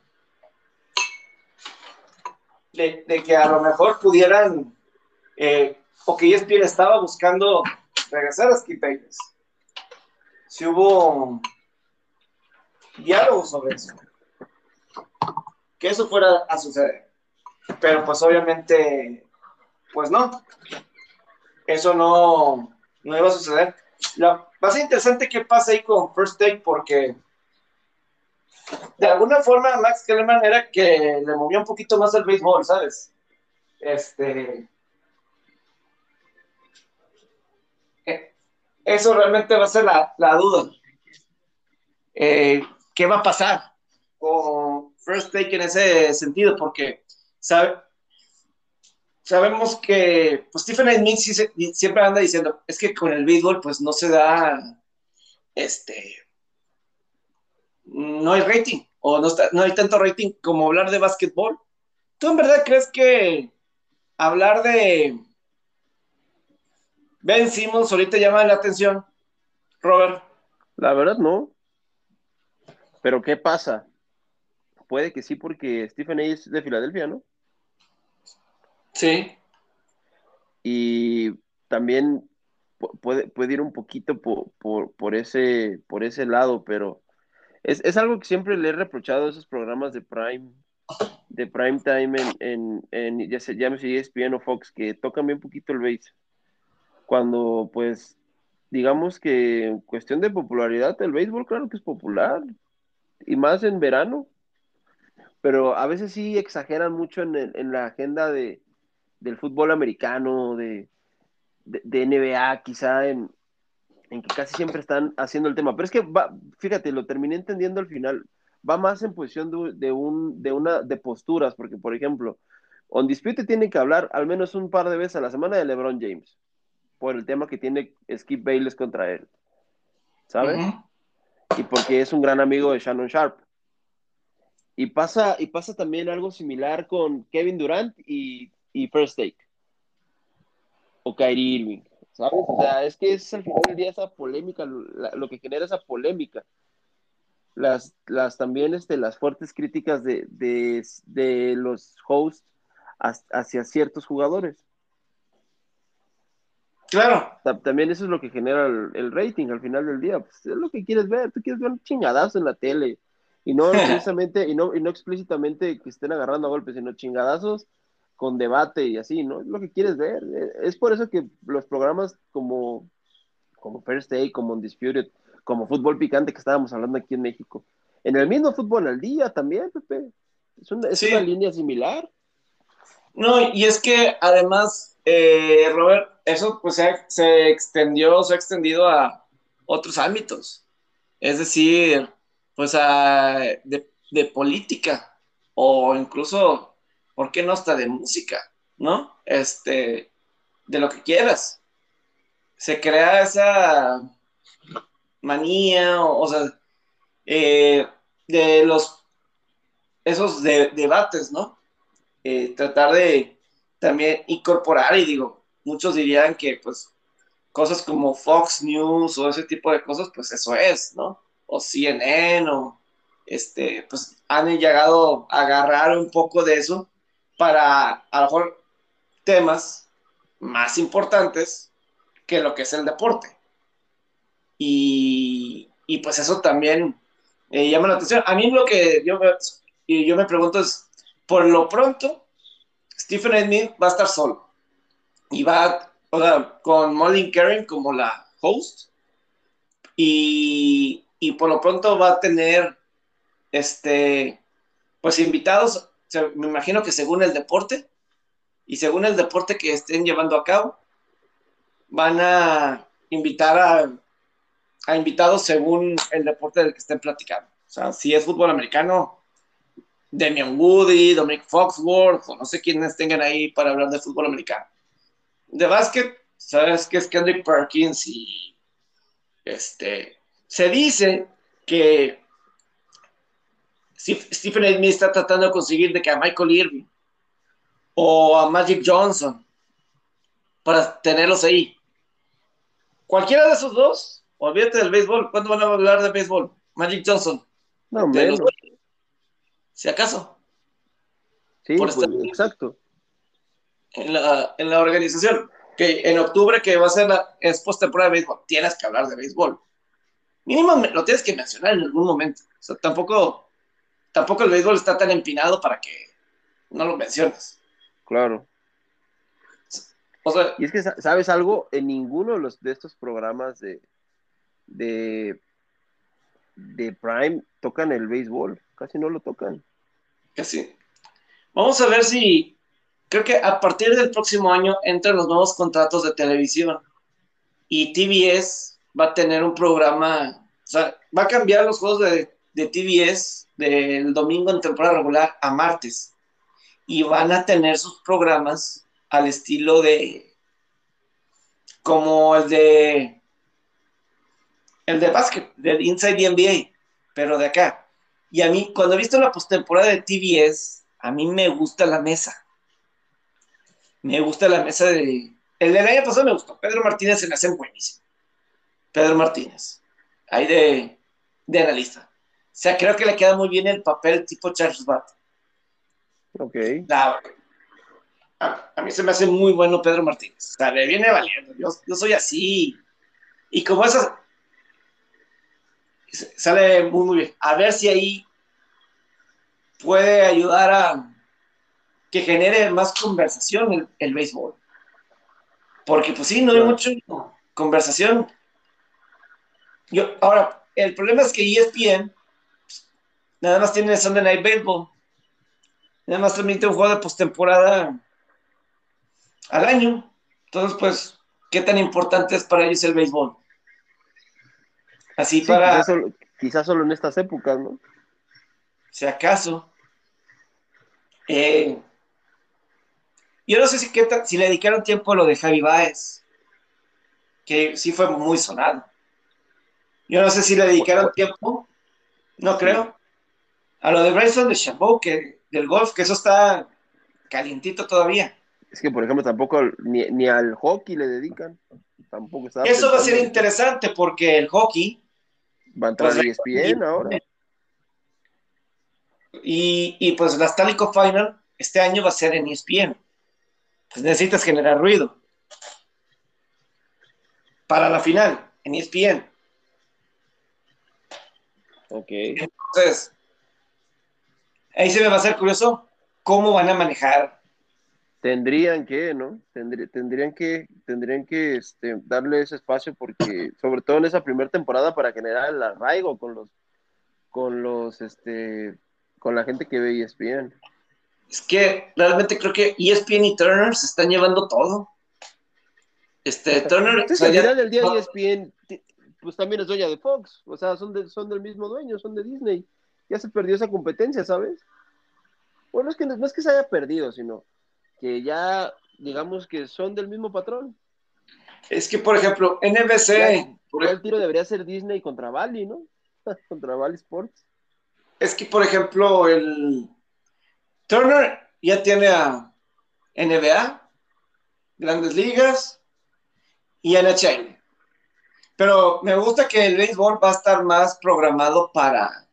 de, de que a lo mejor pudieran, eh, o que E S P N estaba buscando regresar a Skip Bayless. Si hubo diálogo sobre eso, que eso fuera a suceder. Pero pues obviamente, pues no, eso no, no iba a suceder. La, va a ser interesante qué pasa ahí con First Take porque de alguna forma Max Kellerman era que le movía un poquito más el béisbol, ¿sabes? Este, eh, eso realmente va a ser la, la duda. Eh, ¿Qué va a pasar con First Take en ese sentido? Porque sabe, sabemos que pues, Stephen A. Smith sí se, siempre anda diciendo, es que con el béisbol pues no se da, este, no hay rating, o no, está, no hay tanto rating como hablar de básquetbol. ¿Tú en verdad crees que hablar de Ben Simmons ahorita llama la atención, Robert? La verdad no, pero ¿qué pasa? Puede que sí porque Stephen A. es de Filadelfia, ¿no? Sí. Y también puede, puede ir un poquito por, por, por, ese, por ese lado, pero es, es algo que siempre le he reprochado a esos programas de Prime, de Prime Time en, en, en ya se llame E S P N o Fox, que tocan bien poquito el base. Cuando, pues, digamos que en cuestión de popularidad, el béisbol, claro que es popular, y más en verano, pero a veces sí exageran mucho en, el, en la agenda de, del fútbol americano, de, de, de N B A, quizá en, en que casi siempre están haciendo el tema. Pero es que, va, fíjate, lo terminé entendiendo al final. Va más en posición de, de, un, de, una, de posturas, porque, por ejemplo, On Dispute tiene que hablar al menos un par de veces a la semana de LeBron James, por el tema que tiene Skip Bayless contra él, ¿sabes? Uh-huh. Y porque es un gran amigo de Shannon Sharp. Y pasa, y pasa también algo similar con Kevin Durant y, y First Take, o Kyrie Irving, ¿sabes? O sea, es que es al final del día esa polémica, lo, lo que genera esa polémica. Las, las también este, las fuertes críticas de, de, de los hosts hacia ciertos jugadores. Claro. También eso es lo que genera el, el rating al final del día. Pues es lo que quieres ver, tú quieres ver un chingadazo en la tele. Y no precisamente, y no, y no explícitamente que estén agarrando a golpes, sino chingadazos con debate y así, ¿no? Es lo que quieres ver. Es por eso que los programas como, como First Day, como Undisputed, como Fútbol Picante que estábamos hablando aquí en México, en el mismo Fútbol al Día también, Pepe. Es una, es una Sí. línea similar. No, y es que además, eh, Robert, eso pues se, se extendió, se ha extendido a otros ámbitos. Es decir, pues a, de, de política o incluso, ¿por qué no hasta de música? ¿No? Este, de lo que quieras. Se crea esa manía, o, o sea, eh, de los, esos de, debates, ¿no? Eh, tratar de también incorporar, y digo, muchos dirían que pues cosas como Fox News o ese tipo de cosas, pues eso es, ¿no? O C N N o este, pues han llegado a agarrar un poco de eso para a lo mejor temas más importantes que lo que es el deporte. Y, y pues eso también eh, llama la atención. A mí lo que yo, y yo me pregunto es, por lo pronto, Stephen Smith va a estar solo y va o sea, con Molly Karen como la host, y, y por lo pronto va a tener, este, pues invitados, o sea, me imagino que según el deporte, y según el deporte que estén llevando a cabo, van a invitar a, a invitados según el deporte del que estén platicando. O sea, si es fútbol americano, Damian Woody, Dominic Foxworth, o no sé quiénes tengan ahí para hablar de fútbol americano. De básquet, sabes que es Kendrick Perkins y este, se dice que Stephen A. Smith está tratando de conseguir de que a Michael Irving o a Magic Johnson para tenerlos ahí. Cualquiera de esos dos, olvídate del béisbol. ¿Cuándo van a hablar de béisbol? Magic Johnson, No, de los menos. si acaso, Sí, por estar pues exacto. en la, en la organización. Que en octubre, que va a ser la es postemporada de béisbol, tienes que hablar de béisbol. Mínimo lo tienes que mencionar en algún momento. O sea, tampoco, tampoco el béisbol está tan empinado para que no lo menciones. Claro. O sea, Y es que, ¿sabes algo? En ninguno de, los, de estos programas de, de, de Prime tocan el béisbol. Casi no lo tocan. que sí. Vamos a ver si, creo que a partir del próximo año entran los nuevos contratos de televisión y T B S va a tener un programa, o sea, va a cambiar los juegos de, de T B S del domingo en temporada regular a martes y van a tener sus programas al estilo de, como el de, el de básquet, del Inside the N B A, pero de acá. Y a mí, cuando he visto la postemporada de T B S, a mí me gusta la mesa. Me gusta la mesa de... El del año pasado me gustó. Pedro Martínez se me hace buenísimo. Pedro Martínez. Ahí de, de analista. O sea, creo que le queda muy bien el papel tipo Charles Bat. Ok. La, a, a, mí se me hace muy bueno Pedro Martínez. O sea, le viene valiendo. Yo, yo soy así. Y como esas... Sale muy, muy bien. A ver si ahí puede ayudar a que genere más conversación el, el béisbol. Porque pues sí, no hay Claro. mucha conversación. Yo, ahora, el problema es que E S P N nada más tiene Sunday Night Baseball. Nada más transmite un juego de postemporada al año. Entonces, pues, ¿qué tan importante es para ellos el béisbol? Así Sí, para, quizás solo, quizás solo en estas épocas, ¿no? si acaso. Eh, yo no sé si, qué tan, si le dedicaron tiempo a lo de Javi Baez, que sí fue muy sonado. Yo no sé si le dedicaron tiempo, no Sí. creo. A lo de Bryson de Chabot, que del golf, que eso está calientito todavía. Es que, por ejemplo, tampoco ni, ni al hockey le dedican. Tampoco estaba Eso va a pensando ser ahorita. interesante porque el hockey, Va a pues, entrar E S P N ahora. y, y pues la Stanley Cup Final este año va a ser en E S P N. Pues necesitas generar ruido para la final en E S P N. Ok. Entonces, ahí se me va a hacer curioso cómo van a manejar. Tendrían que, ¿no? Tendrí- tendrían que, tendrían que este, darle ese espacio porque, sobre todo en esa primera temporada, para generar el arraigo con los, con los, este, con la gente que ve E S P N. Es que realmente creo que E S P N y Turner se están llevando todo. Este, Turner, o Sí, es que sea, al ya, final del día E S P N, ti- pues también es dueña de Fox, o sea, son, de, son del mismo dueño, son de Disney. Ya se perdió esa competencia, ¿sabes? Bueno, es que no, no es que se haya perdido, sino que ya, digamos que son del mismo patrón. es que, por ejemplo, Ya, N B C, ya el tiro debería ser Disney contra Bally, ¿no? Contra Bally Sports. es que, por ejemplo, el Turner ya tiene a N B A, Grandes Ligas y N H L. Pero me gusta que el béisbol va a estar más programado para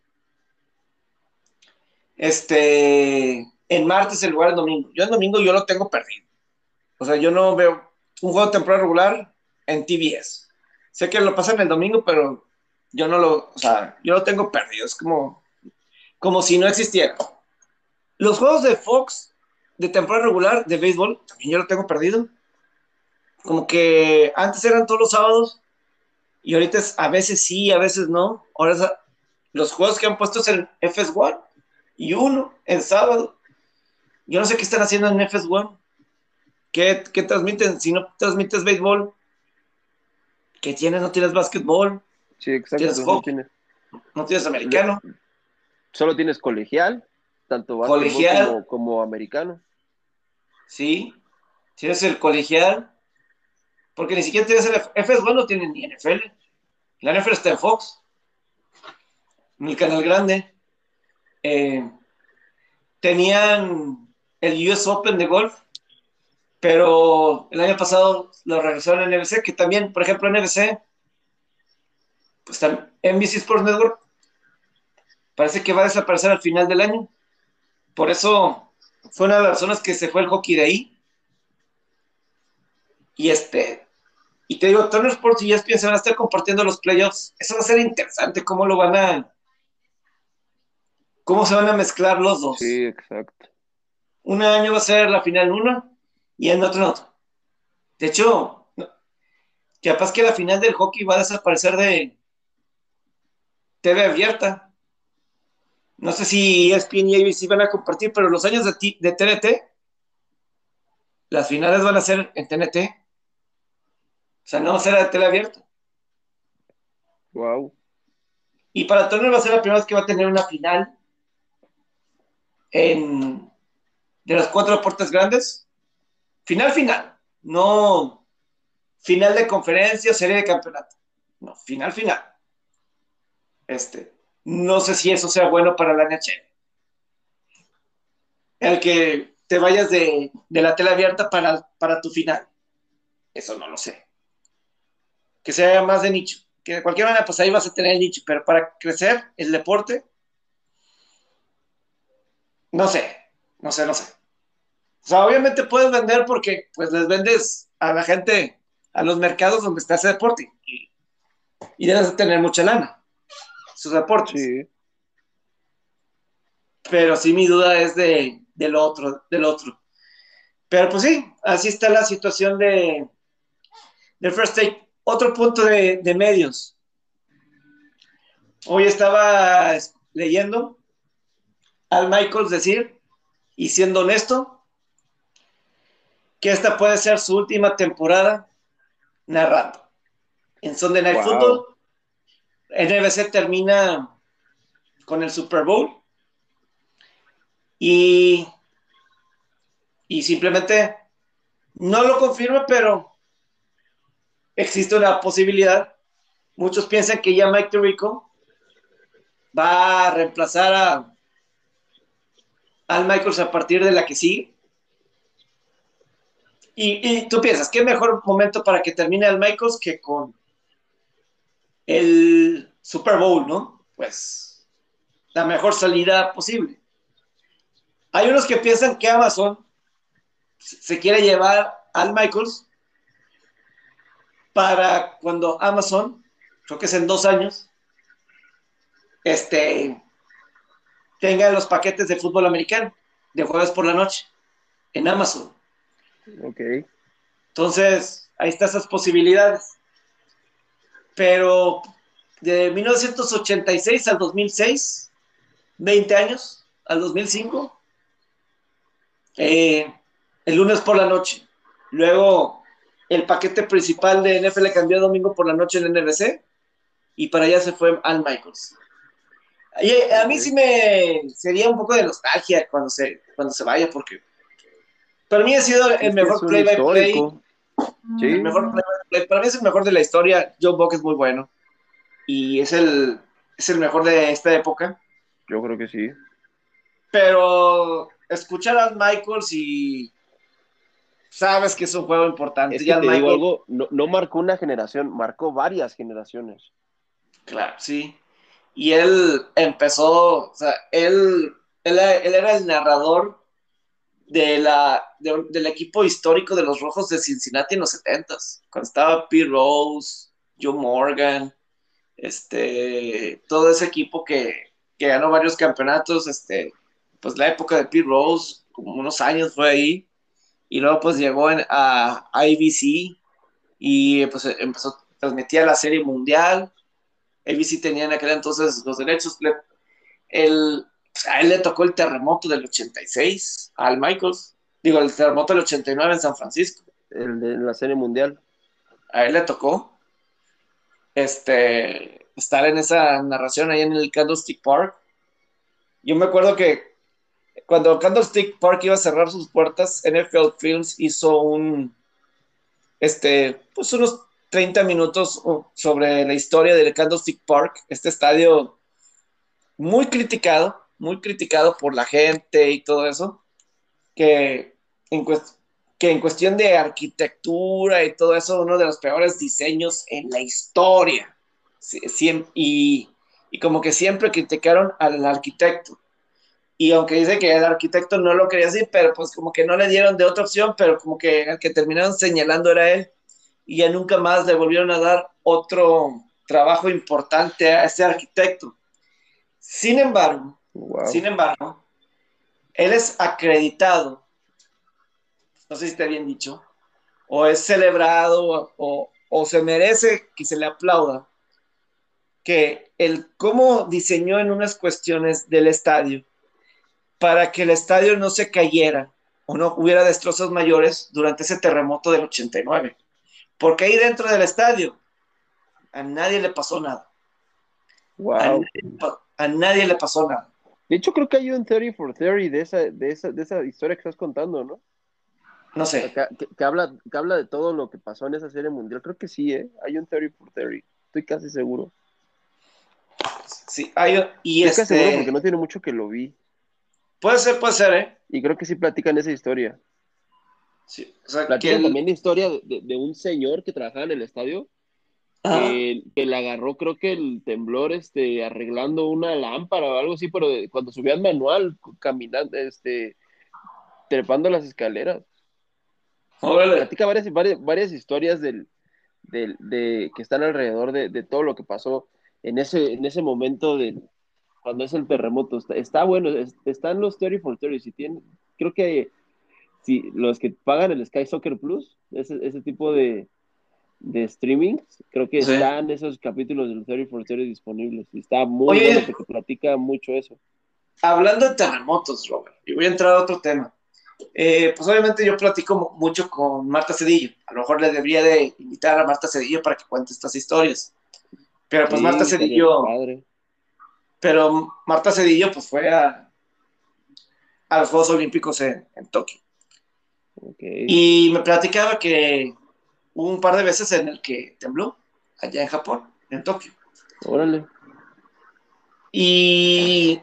este en martes en lugar de domingo. Yo el domingo yo lo tengo perdido. O sea, yo no veo un juego de temporada regular en T B S. Sé que lo pasan el domingo, pero yo no lo, o sea, yo lo tengo perdido. Es como, como si no existiera. Los juegos de Fox de temporada regular de béisbol, también yo lo tengo perdido. como que antes eran todos los sábados y ahorita es, a veces sí, a veces no. Ahora es, los juegos que han puesto es el F S uno y uno el sábado. Yo no sé qué están haciendo en F S uno. ¿Qué, qué transmiten? Si no transmites béisbol, ¿qué tienes? No tienes básquetbol, Sí, tienes exacto, no hockey, tienes. no tienes Le- americano, Solo tienes colegial, tanto básquetbol colegial, como, como americano. sí, tienes el colegial, porque ni siquiera tienes el F S uno, no tienen ni N F L. La N F L está en Fox, en el canal grande. Eh, tenían el U S Open de golf, pero el año pasado lo regresaron a N B C, que también, por ejemplo, N B C, pues N B C Sports Network parece que va a desaparecer al final del año. Por eso fue una de las razones que se fue el hockey de ahí. Y este, y te digo, Turner Sports y E S P N se van a estar compartiendo los playoffs. Eso va a ser interesante, cómo lo van a, cómo se van a mezclar los dos. Sí, exacto. Un año va a ser la final uno y el otro en otro. De hecho, capaz que la final del hockey va a desaparecer de T V abierta. No sé si E S P N y A B C van a compartir, pero los años de, de T N T, las finales van a ser en T N T. O sea, no va a ser de tele abierta. Wow. Y para Turner va a ser la primera vez que va a tener una final en, de los cuatro deportes grandes. Final, final. No final de conferencia, serie de campeonato. No, final, final. Este, no sé si eso sea bueno para la N H L. El que te vayas de, de la tele abierta para, para tu final. Eso no lo sé. Que sea más de nicho. Que de cualquier manera, pues ahí vas a tener el nicho. Pero para crecer el deporte, no sé. No sé, no sé. O sea, obviamente puedes vender porque pues les vendes a la gente, a los mercados donde está ese deporte. Y, y debes de tener mucha lana, sus deportes. Sí. Pero sí mi duda es de, del otro, del otro. Pero pues sí, así está la situación de, de First Take. Otro punto de, de medios. Hoy estaba leyendo al Michaels decir, y siendo honesto, que esta puede ser su última temporada narrando. En Sunday Night Wow. Football, N B C termina con el Super Bowl y, y simplemente no lo confirma, pero existe una posibilidad. Muchos piensan que ya Mike Tirico va a reemplazar a Al Michaels a partir de la que sigue. Y, y tú piensas, ¿qué mejor momento para que termine Al Michaels que con el Super Bowl, ¿no? Pues la mejor salida posible. Hay unos que piensan que Amazon se quiere llevar Al Michaels para cuando Amazon, creo que es en dos años, este, tenga los paquetes de fútbol americano de jueves por la noche en Amazon. Ok. Entonces, ahí están esas posibilidades. Pero de mil novecientos ochenta y seis al dos mil seis, veinte años, al dos mil cinco, eh, el lunes por la noche. Luego, el paquete principal de N F L cambió domingo por la noche en N B C y para allá se fue Al Michaels. Y a mí Ok. sí me sería un poco de nostalgia cuando se, cuando se vaya, porque para mí ha sido Sí, el es que mejor es un play-by-play, histórico. el Sí, mejor play-by-play, para mí es el mejor de la historia. Joe Buck es muy bueno y es el, es el mejor de esta época. yo creo que sí. Pero escuchar a Michaels y sabes que es un juego importante. Es que Ya te digo Michael, algo, no, no marcó una generación, marcó varias generaciones. claro, sí. Y él empezó, o sea, él, él, él era el narrador de la, de, del equipo histórico de los Rojos de Cincinnati en los setentas, cuando estaba Pete Rose, Joe Morgan, este, todo ese equipo que, que ganó varios campeonatos, este, pues la época de Pete Rose, como unos años fue ahí, y luego pues llegó en, a, a A B C, y pues empezó, transmitía la Serie Mundial. A B C tenía en aquel entonces los derechos. Le, el, pues a él le tocó el terremoto del ochenta y seis, al Michaels. Digo, el terremoto del ochenta y nueve en San Francisco. El de la Serie Mundial. A él le tocó este, estar en esa narración ahí en el Candlestick Park. Yo me acuerdo que cuando Candlestick Park iba a cerrar sus puertas, N F L Films hizo un, este, pues unos treinta minutos sobre la historia del Candlestick Park, este estadio muy criticado, muy criticado por la gente y todo eso, que en, que en cuestión de arquitectura y todo eso, uno de los peores diseños en la historia. Sí, sí, y, y como que siempre criticaron al arquitecto. Y aunque dice que el arquitecto no lo quería así, pero pues como que no le dieron de otra opción, pero como que el que terminaron señalando era él. Y ya nunca más le volvieron a dar otro trabajo importante a ese arquitecto. Sin embargo, Wow. sin embargo, él es acreditado, no sé si está bien dicho, o es celebrado, o, o se merece que se le aplauda, que el cómo diseñó en unas cuestiones del estadio para que el estadio no se cayera o no hubiera destrozos mayores durante ese terremoto del ochenta y nueve. Porque ahí dentro del estadio a nadie le pasó nada. A Wow. nadie, a nadie le pasó nada. De hecho, creo que hay un Theory for Theory de esa, de esa, de esa historia que estás contando, ¿no? No O sé. sea, que, que, que habla, que habla de todo lo que pasó en esa serie mundial. Creo que sí, ¿eh? Hay un Theory for Theory. Estoy casi seguro. Sí, hay, y Estoy casi seguro porque este, no tiene mucho que lo vi. puede ser, puede ser, ¿eh? Y creo que sí platican esa historia. Sí, o sea, que Platican el, también la historia de, de, de un señor que trabajaba en el estadio ajá, que, que le agarró, creo que el temblor, este, arreglando una lámpara o algo así, pero de, cuando subían manual, caminando, este, trepando las escaleras. órale, Platica varias, varias, varias historias del, del, de, que están alrededor de, de todo lo que pasó en ese, en ese momento de cuando es el terremoto. Está, está bueno, es, están los Theory for Theory. Si tienen, creo que si los que pagan el Sky Soccer Plus, ese, ese tipo de, de streaming, creo que sí. están esos capítulos del Theory for Theory disponibles. Y está muy bueno Oye, porque platica mucho eso. hablando de terremotos, Robert, y voy a entrar a otro tema. Eh, pues obviamente yo platico mucho con Marta Cedillo. A lo mejor le debería de invitar a Marta Cedillo para que cuente estas historias. Pero pues Marta Sí, estaría Cedillo, padre. pero Marta Cedillo pues fue a, a los Juegos Olímpicos en, en Tokio. Ok, Y me platicaba que hubo un par de veces en el que tembló allá en Japón, en Tokio. órale. Y,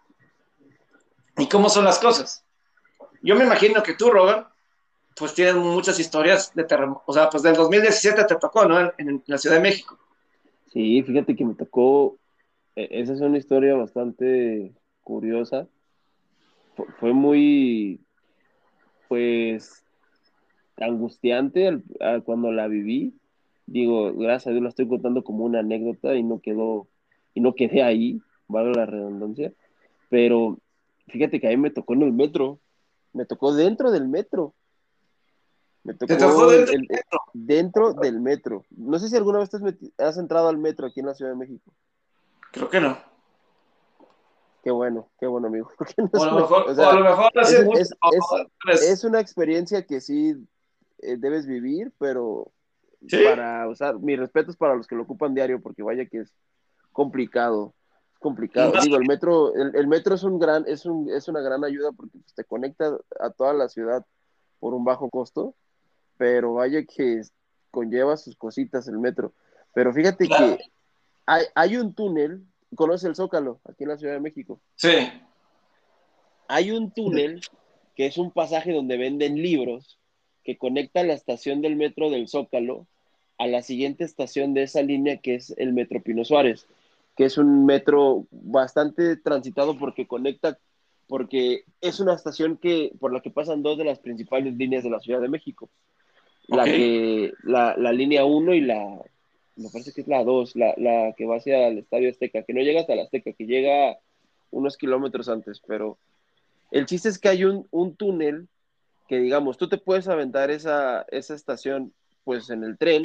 y cómo son las cosas. Yo me imagino que tú, Robert, pues tienes muchas historias de terremotos. O sea, pues del dos mil diecisiete te tocó, ¿no? En, en la Ciudad de México. Sí, fíjate que me tocó, e- esa es una historia bastante curiosa. Fu- Fue muy, pues, angustiante al- a- cuando la viví. Digo, gracias a Dios la estoy contando como una anécdota y no quedó, y no quedé ahí, valga la redundancia. Pero fíjate que a mí me tocó en el metro, me tocó dentro del metro, me ¿Te tocó tocó el, dentro el- del el- metro? dentro del metro. No sé si alguna vez te has, meti- has entrado al metro aquí en la Ciudad de México. Creo que no. Qué bueno, qué bueno, amigo. Porque no O a es lo una, mejor, o o a sea, lo mejor es, hace mucho. es, es, es una experiencia que sí eh, debes vivir, pero Sí, para usar, mis respetos para los que lo ocupan diario, porque vaya que es complicado, es y complicado. más, Digo, el metro, el, el metro es un gran, es un, es una gran ayuda porque pues, te conecta a toda la ciudad por un bajo costo, pero vaya que conlleva sus cositas el metro. Pero fíjate claro. que hay, hay un túnel, conoce el Zócalo, aquí en la Ciudad de México. Sí, Hay un túnel que es un pasaje donde venden libros que conecta la estación del metro del Zócalo a la siguiente estación de esa línea que es el Metro Pino Suárez, que es un metro bastante transitado porque conecta, porque es una estación que, por la que pasan dos de las principales líneas de la Ciudad de México. ok. La que, la, la línea uno y la, me parece que es la dos, la, la que va hacia el Estadio Azteca, que no llega hasta el Azteca, que llega unos kilómetros antes, pero el chiste es que hay un, un túnel que, digamos, tú te puedes aventar esa, esa estación pues en el tren,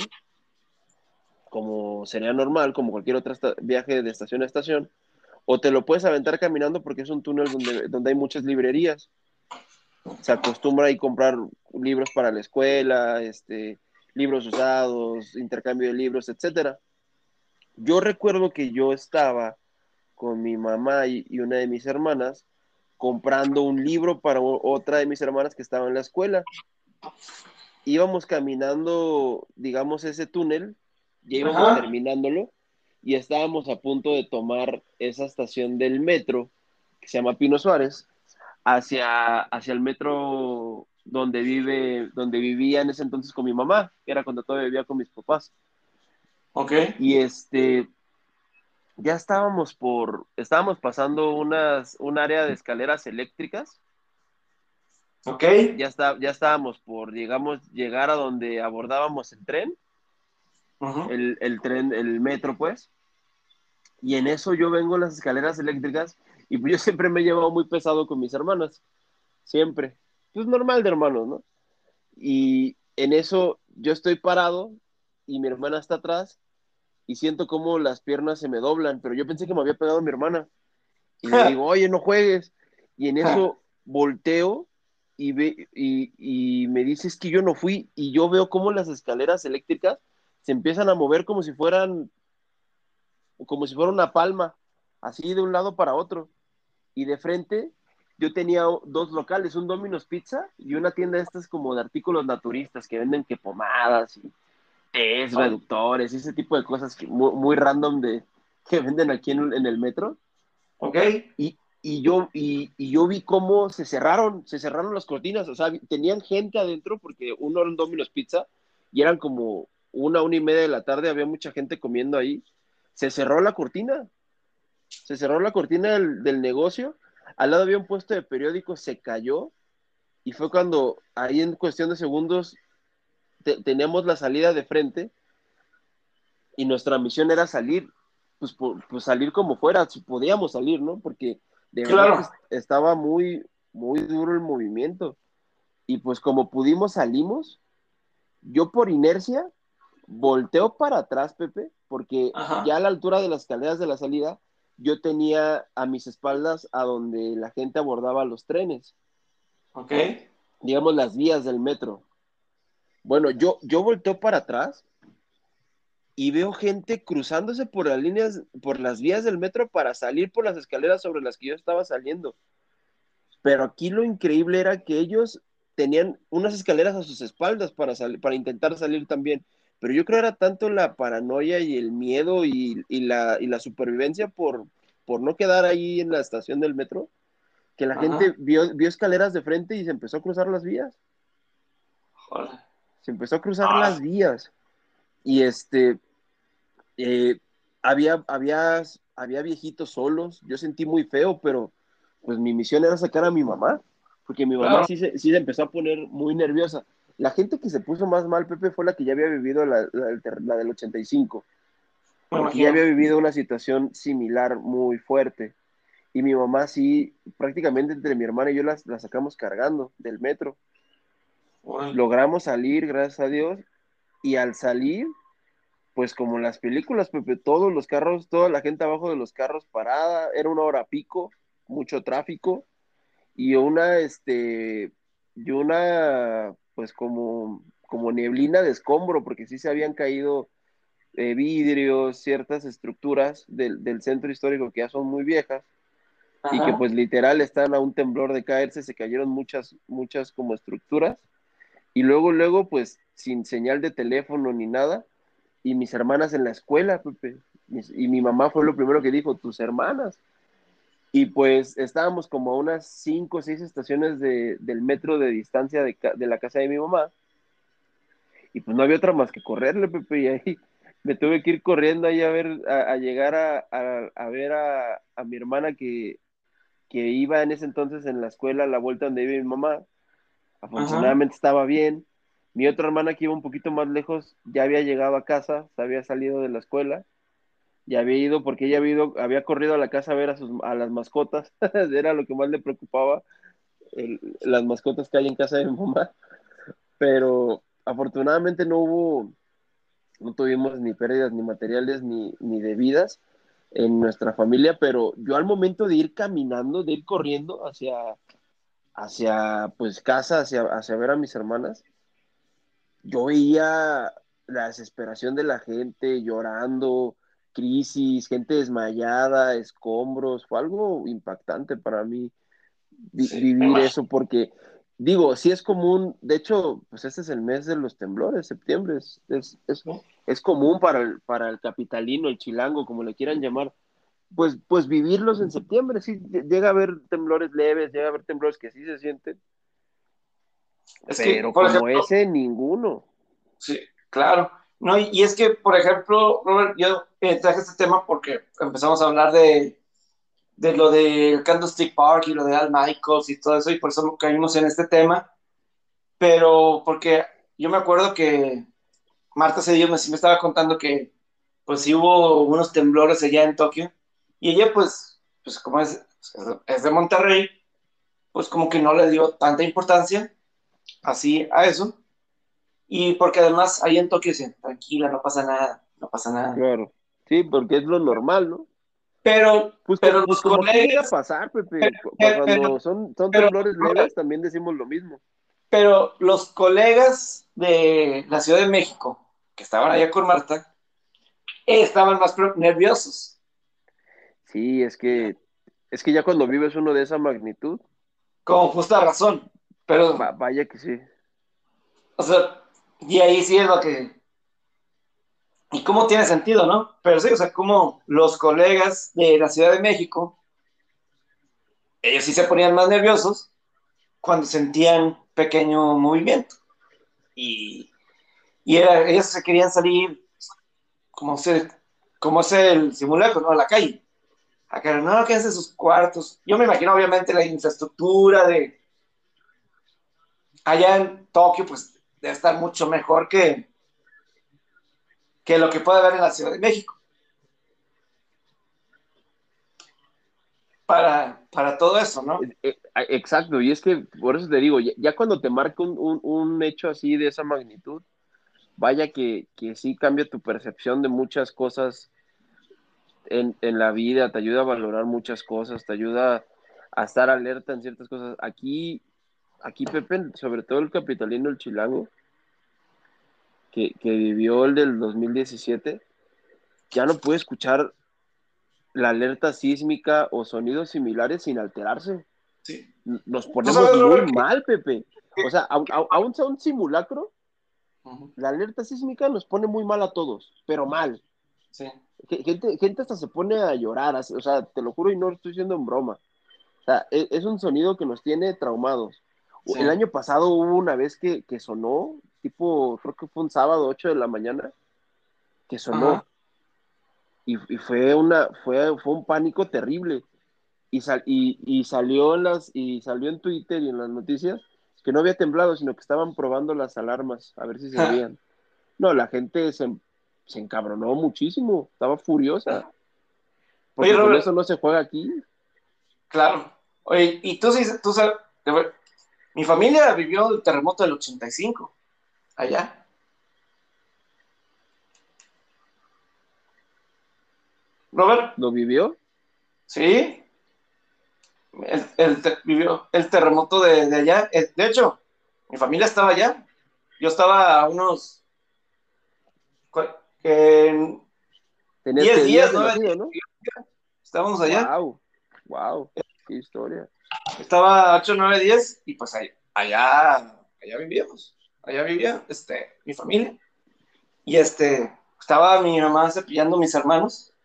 como sería normal, como cualquier otro viaje de estación a estación, o te lo puedes aventar caminando porque es un túnel donde, donde hay muchas librerías. Se acostumbra ahí comprar libros para la escuela, este, libros usados, intercambio de libros, etcétera. Yo recuerdo que yo estaba con mi mamá y, y una de mis hermanas comprando un libro para otra de mis hermanas que estaba en la escuela. Íbamos caminando, digamos, ese túnel, ya íbamos Ajá. terminándolo y estábamos a punto de tomar esa estación del metro que se llama Pino Suárez hacia, hacia el metro donde vive, donde vivía en ese entonces con mi mamá, que era cuando todavía vivía con mis papás. Ok. Y este, ya estábamos por, estábamos pasando unas, un área de escaleras eléctricas, Ok. ya, está, ya estábamos por, digamos, llegar a donde abordábamos el tren, Ujú. el, el tren, el metro, pues, y en eso yo vengo en las escaleras eléctricas y pues yo siempre me he llevado muy pesado con mis hermanas, siempre. Pues normal de hermanos, ¿no? Y en eso yo estoy parado y mi hermana está atrás y siento como las piernas se me doblan, pero yo pensé que me había pegado mi hermana y le digo, oye, no juegues. Y en eso volteo y, ve, y, y me dice, es que yo no fui y yo veo como las escaleras eléctricas se empiezan a mover como si fueran, como si fuera una palma, así de un lado para otro. Y de frente yo tenía dos locales, un Domino's Pizza y una tienda de estas como de artículos naturistas que venden que pomadas y tés, reductores y ese tipo de cosas que, muy, muy random de, que venden aquí en, en el metro. Ok. Y, y yo, y, y, yo vi cómo se cerraron, se cerraron las cortinas, o sea, tenían gente adentro porque uno era un Domino's Pizza y eran como una, una y media de la tarde, había mucha gente comiendo ahí. Se cerró la cortina, se cerró la cortina del, del negocio, al lado había un puesto de periódicos, se cayó y fue cuando ahí en cuestión de segundos te, teníamos la salida de frente y nuestra misión era salir, pues, por, pues salir como fuera, si podíamos salir, ¿no? Porque de verdad que Claro. estaba muy, muy duro el movimiento. Y pues como pudimos salimos, yo por inercia volteo para atrás, Pepe, porque ya Ajá. a la altura de las escaleras de la salida, yo tenía a mis espaldas a donde la gente abordaba los trenes, Ok. digamos las vías del metro. Bueno, yo, yo volteo para atrás y veo gente cruzándose por las líneas, por las vías del metro para salir por las escaleras sobre las que yo estaba saliendo. Pero aquí lo increíble era que ellos tenían unas escaleras a sus espaldas para, sal para intentar salir también. Pero yo creo que era tanto la paranoia y el miedo y, y, la, y la supervivencia por, por no quedar ahí en la estación del metro, que la gente Ajá. vio, vio escaleras de frente y se empezó a cruzar las vías. Joder. Se empezó a cruzar Ah, las vías. Y este, eh, había, había, había viejitos solos, yo sentí muy feo, pero pues mi misión era sacar a mi mamá, porque mi mamá claro. sí se, sí se empezó a poner muy nerviosa. La gente que se puso más mal, Pepe, fue la que ya había vivido la, la, la del ochenta y cinco, Me porque ya imagino. había vivido una situación similar muy fuerte. Y mi mamá sí, prácticamente entre mi hermana y yo la, la sacamos cargando del metro. Uy. Logramos salir, gracias a Dios, y al salir pues como las películas, Pepe, todos los carros, toda la gente abajo de los carros parada, era una hora pico, mucho tráfico, y una, este, y una, pues como, como neblina de escombro, porque sí se habían caído eh, vidrios, ciertas estructuras del, del centro histórico que ya son muy viejas, y que Ajá. pues literal están a un temblor de caerse, se cayeron muchas, muchas como estructuras, y luego, luego, pues sin señal de teléfono ni nada, y mis hermanas en la escuela, Pepe. Y mi mamá fue lo primero que dijo, tus hermanas. Y pues estábamos como a unas cinco o seis estaciones de, del metro de distancia de, de, la casa de mi mamá. Y pues no había otra más que correrle, Pepe. Y ahí me tuve que ir corriendo ahí a ver, a, a llegar a, a, a ver a, a, mi hermana que, que iba en ese entonces en la escuela a la vuelta donde vive mi mamá. Ajá. Afortunadamente estaba bien. Mi otra hermana que iba un poquito más lejos ya había llegado a casa, se había salido de la escuela y había ido porque ella había, ido, había corrido a la casa a ver a, sus, a las mascotas, era lo que más le preocupaba, el, las mascotas que hay en casa de mi mamá, pero afortunadamente no hubo, no tuvimos ni pérdidas ni materiales ni, ni de vidas en nuestra familia, pero yo al momento de ir caminando, de ir corriendo hacia, hacia pues casa, hacia, hacia ver a mis hermanas, yo veía la desesperación de la gente llorando, crisis, gente desmayada, escombros, fue algo impactante para mí vi- Sí, me vivir imagino. eso, porque digo, sí es común, de hecho, pues este es el mes de los temblores, septiembre, es, es, es, es común para el, para el capitalino, el chilango, como le quieran llamar, pues, pues vivirlos en septiembre, sí, ll- llega a haber temblores leves, llega a haber temblores que sí se sienten, Es que, pero por como ejemplo, ese, ninguno. sí, claro. No, y, y es que, por ejemplo, Robert, yo eh, traje este tema porque empezamos a hablar de, de lo del Candlestick Park y lo de Al Michaels y todo eso, y por eso caímos en este tema. Pero porque yo me acuerdo que Marta Cedillo me, sí me estaba contando que, pues sí hubo unos temblores allá en Tokio, y ella, pues, pues como es, es de Monterrey, pues como que no le dio tanta importancia así a eso. Y porque además ahí en Tokio dicen, tranquila, no pasa nada, no pasa nada. Claro, sí, porque es lo normal, ¿no? Pero, Pues, co- pero pues los como aquí llega a colegas, pasar, pero, Pepe, cu- cu- pero, cuando son, son pero, temblores leves, también decimos lo mismo. pero los colegas de la Ciudad de México, que estaban allá con Marta, estaban más nerviosos, Sí, es que, es que ya cuando vives uno de esa magnitud, con justa razón. va- Pero, vaya que sí. o sea, y ahí sí es lo que, y cómo tiene sentido, ¿no? Pero sí, o sea, como los colegas de la Ciudad de México, ellos sí se ponían más nerviosos cuando sentían pequeño movimiento. Y, y era, ellos se querían salir como, se, como es el simulacro, ¿no? A la calle. Acá, no, quédense en sus cuartos. Yo me imagino, obviamente, la infraestructura de allá en Tokio, pues debe estar mucho mejor que, que lo que puede haber en la Ciudad de México para, para todo eso, ¿no? Eh, eh, Exacto, y es que por eso te digo, ya, ya cuando te marca un, un- un hecho así de esa magnitud, vaya que, que sí cambia tu percepción de muchas cosas en, en la vida, te ayuda a valorar muchas cosas, te ayuda a estar alerta en ciertas cosas. Aquí, aquí Pepe, sobre todo el capitalino, el chilango, que, que vivió el del dos mil diecisiete, ya no puede escuchar la alerta sísmica o sonidos similares sin alterarse. Sí. Nos Tú ponemos sabes, muy Robert, que... mal, Pepe. O sea, aun, aun- aun sea un simulacro, Uh-huh. la alerta sísmica nos pone muy mal a todos, pero mal. Sí. Gente, gente hasta se pone a llorar, así, o sea, te lo juro y no estoy diciendo en broma. O sea, es, es un sonido que nos tiene traumados. Sí. El año pasado hubo una vez que, que sonó, tipo, creo que fue un sábado, ocho de la mañana, que Ajá. sonó. Y, y fue, una, fue, fue un pánico terrible. Y, sal, y, y, salió en las, y salió en Twitter y en las noticias que no había temblado, sino que estaban probando las alarmas a ver si servían. No, la gente se, se encabronó muchísimo, estaba furiosa, Oye, porque con eso Robert, no se juega aquí. claro. Oye, y tú sí, tú sabes, mi familia vivió el terremoto del ochenta y cinco allá. Robert, ¿Lo vivió? sí, el, el te- vivió el terremoto de, de allá. Eh, De hecho, mi familia estaba allá. Yo estaba a unos cu- en Tenías diez que días días, de nueve nacido, ¿no? días, estábamos allá. Wow, wow, qué historia. Estaba ocho, nueve, diez y pues allá, allá, allá vivíamos. Allá vivía este, mi familia. Y este, estaba mi mamá cepillando mis hermanos.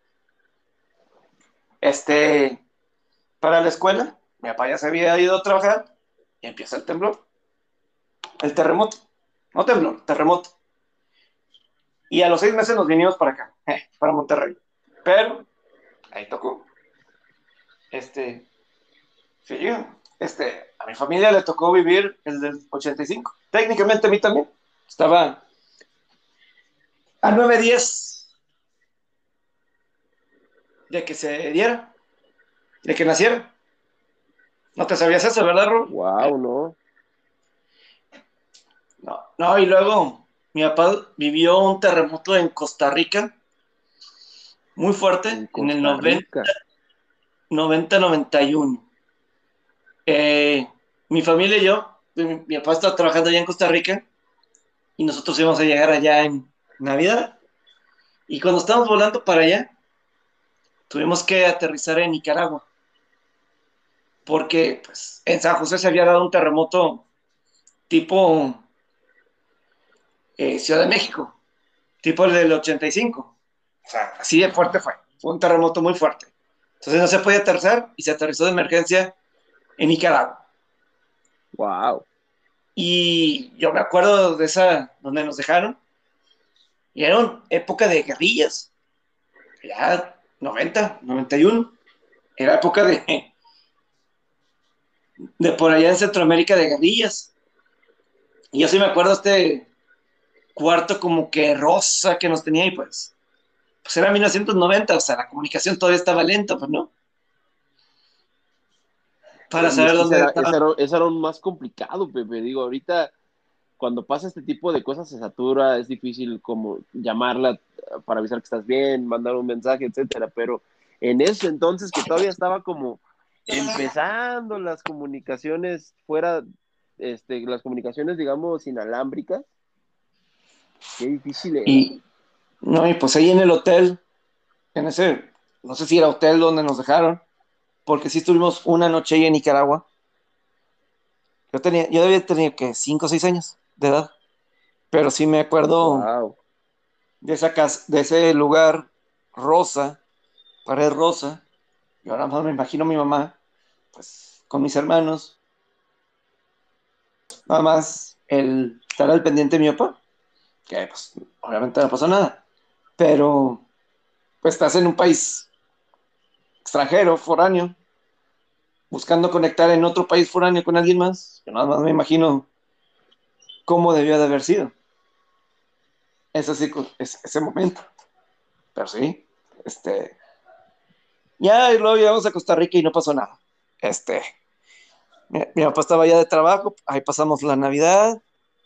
Este, para la escuela. Mi papá ya se había ido a trabajar y empieza el temblor, el terremoto. No temblor, terremoto. Y a los seis meses nos vinimos para acá, eh, para Monterrey. Pero ahí tocó. Este, sí, este, a mi familia le tocó vivir el del ochenta y cinco. Técnicamente a mí también. Estaba a nueve diez de que se diera, de que naciera. No te sabías eso, ¿verdad, Ru? Wow, no. No, no, y luego mi papá vivió un terremoto en Costa Rica muy En fuerte en el Costa Rica. noventa noventa y uno. Eh, mi familia y yo, mi, mi papá está trabajando allá en Costa Rica y nosotros íbamos a llegar allá en Navidad. Y cuando estábamos volando para allá, tuvimos que aterrizar en Nicaragua porque pues, en San José se había dado un terremoto tipo eh, Ciudad de México, tipo el del ochenta y cinco. O sea, así de fuerte fue. Fue un terremoto muy fuerte. Entonces no se podía aterrizar y se aterrizó de emergencia en Nicaragua. Wow. Y yo me acuerdo de esa, donde nos dejaron, y era una época de guerrillas, ya noventa, noventa y uno. Era época de, de por allá en Centroamérica de guerrillas. Y yo sí me acuerdo este cuarto como que rosa que nos tenía y pues, pues era mil novecientos noventa, o sea, la comunicación todavía estaba lenta, pues no, para Y es saber que ese dónde era, estaba. ese era, ese era un más complicado, Pepe. Digo, ahorita cuando pasa este tipo de cosas se satura, es difícil como llamarla para avisar que estás bien, mandar un mensaje, etcétera. Pero en ese entonces que todavía estaba como empezando las comunicaciones fuera, este, las comunicaciones, digamos, inalámbricas, qué difícil era. Y no, y pues ahí en el hotel, en ese, no sé si era hotel donde nos dejaron, porque sí estuvimos una noche ahí en Nicaragua. Yo tenía, yo debía tener que cinco o seis años de edad, pero sí me acuerdo Wow. de esa casa, de ese lugar rosa, pared rosa. Y ahora más me imagino a mi mamá, pues con mis hermanos, nada más el estar al pendiente de mi papá, que pues obviamente no pasó nada, pero pues estás en un país extranjero, foráneo, buscando conectar en otro país foráneo con alguien más, yo nada más me imagino cómo debió de haber sido ese, circu- ese, ese momento. Pero sí, este, ya y luego llegamos a Costa Rica y no pasó nada. Este, mi, mi papá estaba ya de trabajo, ahí pasamos la Navidad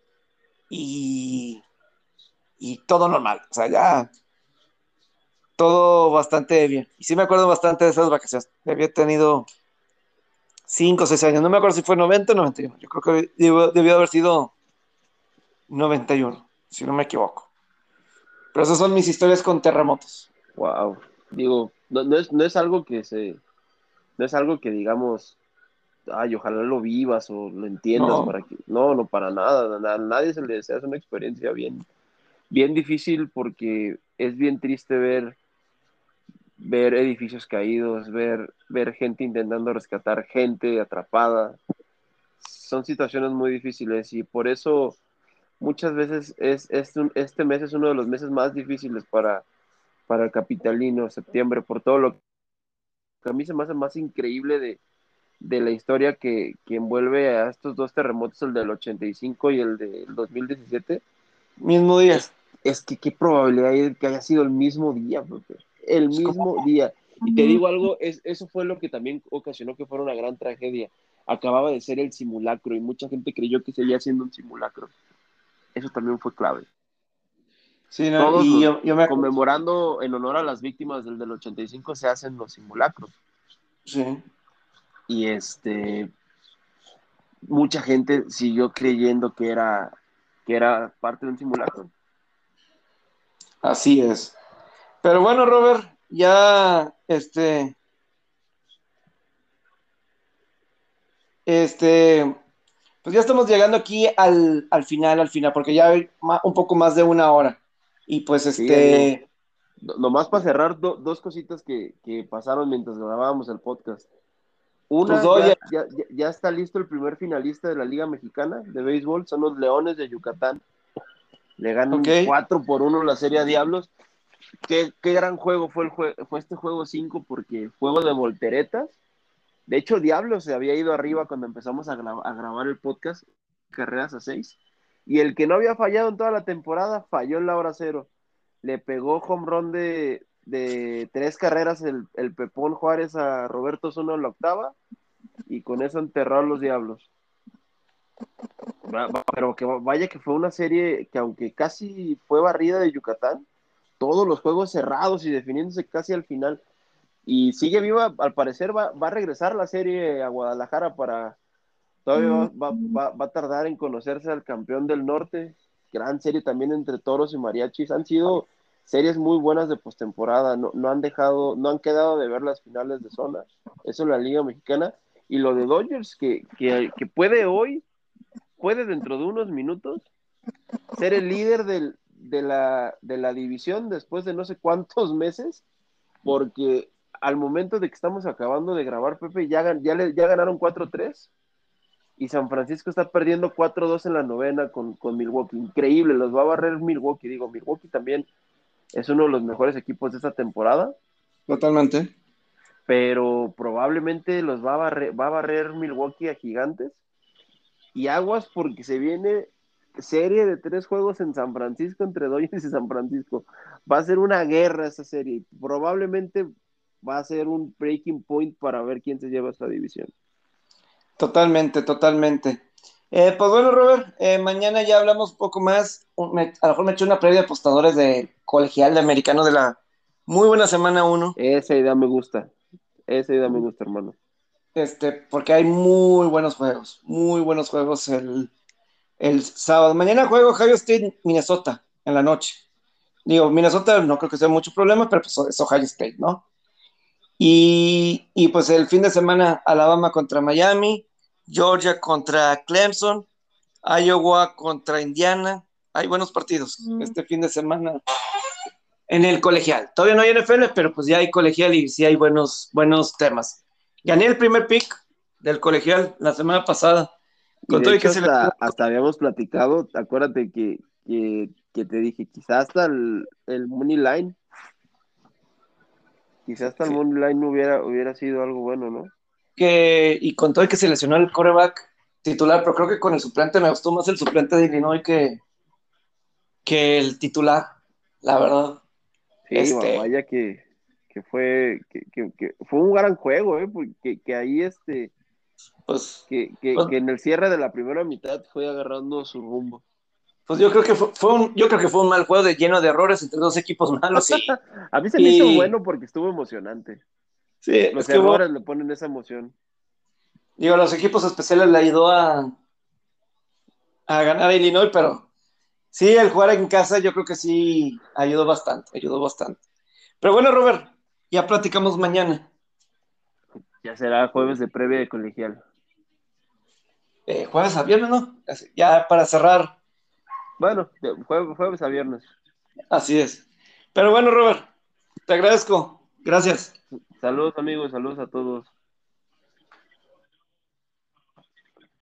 y, y todo normal, o sea, ya todo bastante bien. Y sí me acuerdo bastante de esas vacaciones. Había tenido cinco o seis años, no me acuerdo si fue noventa o noventa y uno. Yo creo que debió, debió haber sido noventa y uno, si no me equivoco. Pero esas son mis historias con terremotos. Wow. Digo, no, no es, no es algo que se, no es algo que digamos, ay, ojalá lo vivas o lo entiendas No, para que, no, no para nada, a nadie se le desea, es una experiencia bien, bien difícil porque es bien triste ver, ver edificios caídos, ver, ver gente intentando rescatar gente atrapada, son situaciones muy difíciles y por eso muchas veces es, es un- este mes es uno de los meses más difíciles para, para el capitalino, septiembre, por todo lo que a mí se me hace más increíble de, de la historia que, que envuelve a estos dos terremotos, el del ochenta y cinco y el del dos mil diecisiete, mismo día. es, es que qué probabilidad hay de que haya sido el mismo día, Pepe, el Es como, mismo día. Y te digo algo, es, eso fue lo que también ocasionó que fuera una gran tragedia. Acababa de ser el simulacro y mucha gente creyó que seguía siendo un simulacro. Eso también fue clave. sí, no, Todos y los, yo, yo me acuerdo. conmemorando en honor a las víctimas del del ochenta y cinco se hacen los simulacros. Sí, Y este, mucha gente siguió creyendo que era, que era parte de un simulacro. así es. Pero bueno, Robert, ya, este, este, pues ya estamos llegando aquí al, al final, al final, porque ya hay ma- un poco más de una hora. Y pues, Sí, amigo. este, No- nomás para cerrar, do- dos cositas que, que pasaron mientras grabábamos el podcast. pues Una, oye, ya, ya, ya ya está listo el primer finalista de la Liga Mexicana de Béisbol, son los Leones de Yucatán. Le ok, ganan cuatro por uno la Serie Diablos. Qué, qué gran juego fue, el jue fue este juego cinco porque juego de volteretas. De hecho, Diablos se había ido arriba cuando empezamos a, gra a grabar el podcast, carreras a seis. Y el que no había fallado en toda la temporada, falló en la hora cero. Le pegó home run de, de tres carreras el, el Pepón Juárez a Roberto Zuno en la octava y con eso enterró a los Diablos. Va- va- Pero que vaya que fue una serie que aunque casi fue barrida de Yucatán, todos los juegos cerrados y definiéndose casi al final. Y sigue viva, al parecer va, va a regresar la serie a Guadalajara para, todavía va, va, va, va a tardar en conocerse al campeón del norte. Gran serie también entre Toros y Mariachis. Han sido series muy buenas de postemporada. No, no han dejado, no han quedado de ver las finales de zona. Eso en la Liga Mexicana. Y lo de Dodgers, que, que, que puede hoy, puede dentro de unos minutos, ser el líder del, de, la, de la división después de no sé cuántos meses, porque al momento de que estamos acabando de grabar, Pepe, ya, ya, le, ya ganaron cuatro tres y San Francisco está perdiendo cuatro dos en la novena con, con Milwaukee. Increíble, los va a barrer Milwaukee. Digo, Milwaukee también es uno de los mejores equipos de esta temporada, Totalmente. pero probablemente los va a barrer, va a barrer Milwaukee a Gigantes. Y aguas porque se viene serie de tres juegos en San Francisco entre Dodgers y San Francisco. Va a ser una guerra esa serie. Probablemente va a ser un breaking point para ver quién se lleva esta división. Totalmente, totalmente. Eh, pues bueno, Robert, eh, mañana ya hablamos un poco más. Un- me- a lo mejor me eché una previa de apostadores de colegial de americano de la muy buena semana uno, Esa idea me gusta. Esa idea me gusta, hermano. este, porque hay muy buenos juegos, muy buenos juegos el, el sábado. Mañana juego Ohio State, Minnesota, en la noche. Digo, Minnesota no creo que sea mucho problema, pero pues es Ohio State, ¿no? Y, y pues el fin de semana, Alabama contra Miami, Georgia contra Clemson, Iowa contra Indiana. Hay buenos partidos este fin de semana en el colegial. Todavía no hay N F L, pero pues ya hay colegial y sí hay buenos, buenos temas. Gané el primer pick del colegial la semana pasada, Y con de todo y hecho que se le... hasta, hasta habíamos platicado, acuérdate que, que, que te dije, quizás hasta el, el Money Line, quizás hasta el Sí, Money Line hubiera, hubiera sido algo bueno, ¿no? que, y con todo y que se lesionó el coreback titular, pero creo que con el suplente me gustó más el suplente de Illinois que, que el titular, la verdad. Sí, Este, vaya que, que fue, que, que, que fue un gran juego, ¿eh? Porque que ahí este, pues, que, que, pues, que en el cierre de la primera mitad fue agarrando su rumbo. pues yo creo que fue, fue un, yo creo que fue un mal juego de lleno de errores entre dos equipos malos y, A mí se me hizo y bueno porque estuvo emocionante. sí, Los es que hubo, errores le ponen esa emoción. digo, los equipos especiales le ayudó a, a ganar a Illinois, pero sí, el jugar en casa yo creo que sí ayudó bastante, ayudó bastante. Pero bueno, Robert, ya platicamos mañana. Ya será jueves de previa de colegial. Eh, jueves a viernes, ¿no? Así, ya para cerrar, Bueno, de jue- jueves a viernes. así es. Pero bueno, Robert, te agradezco. Gracias. Saludos amigos, saludos a todos.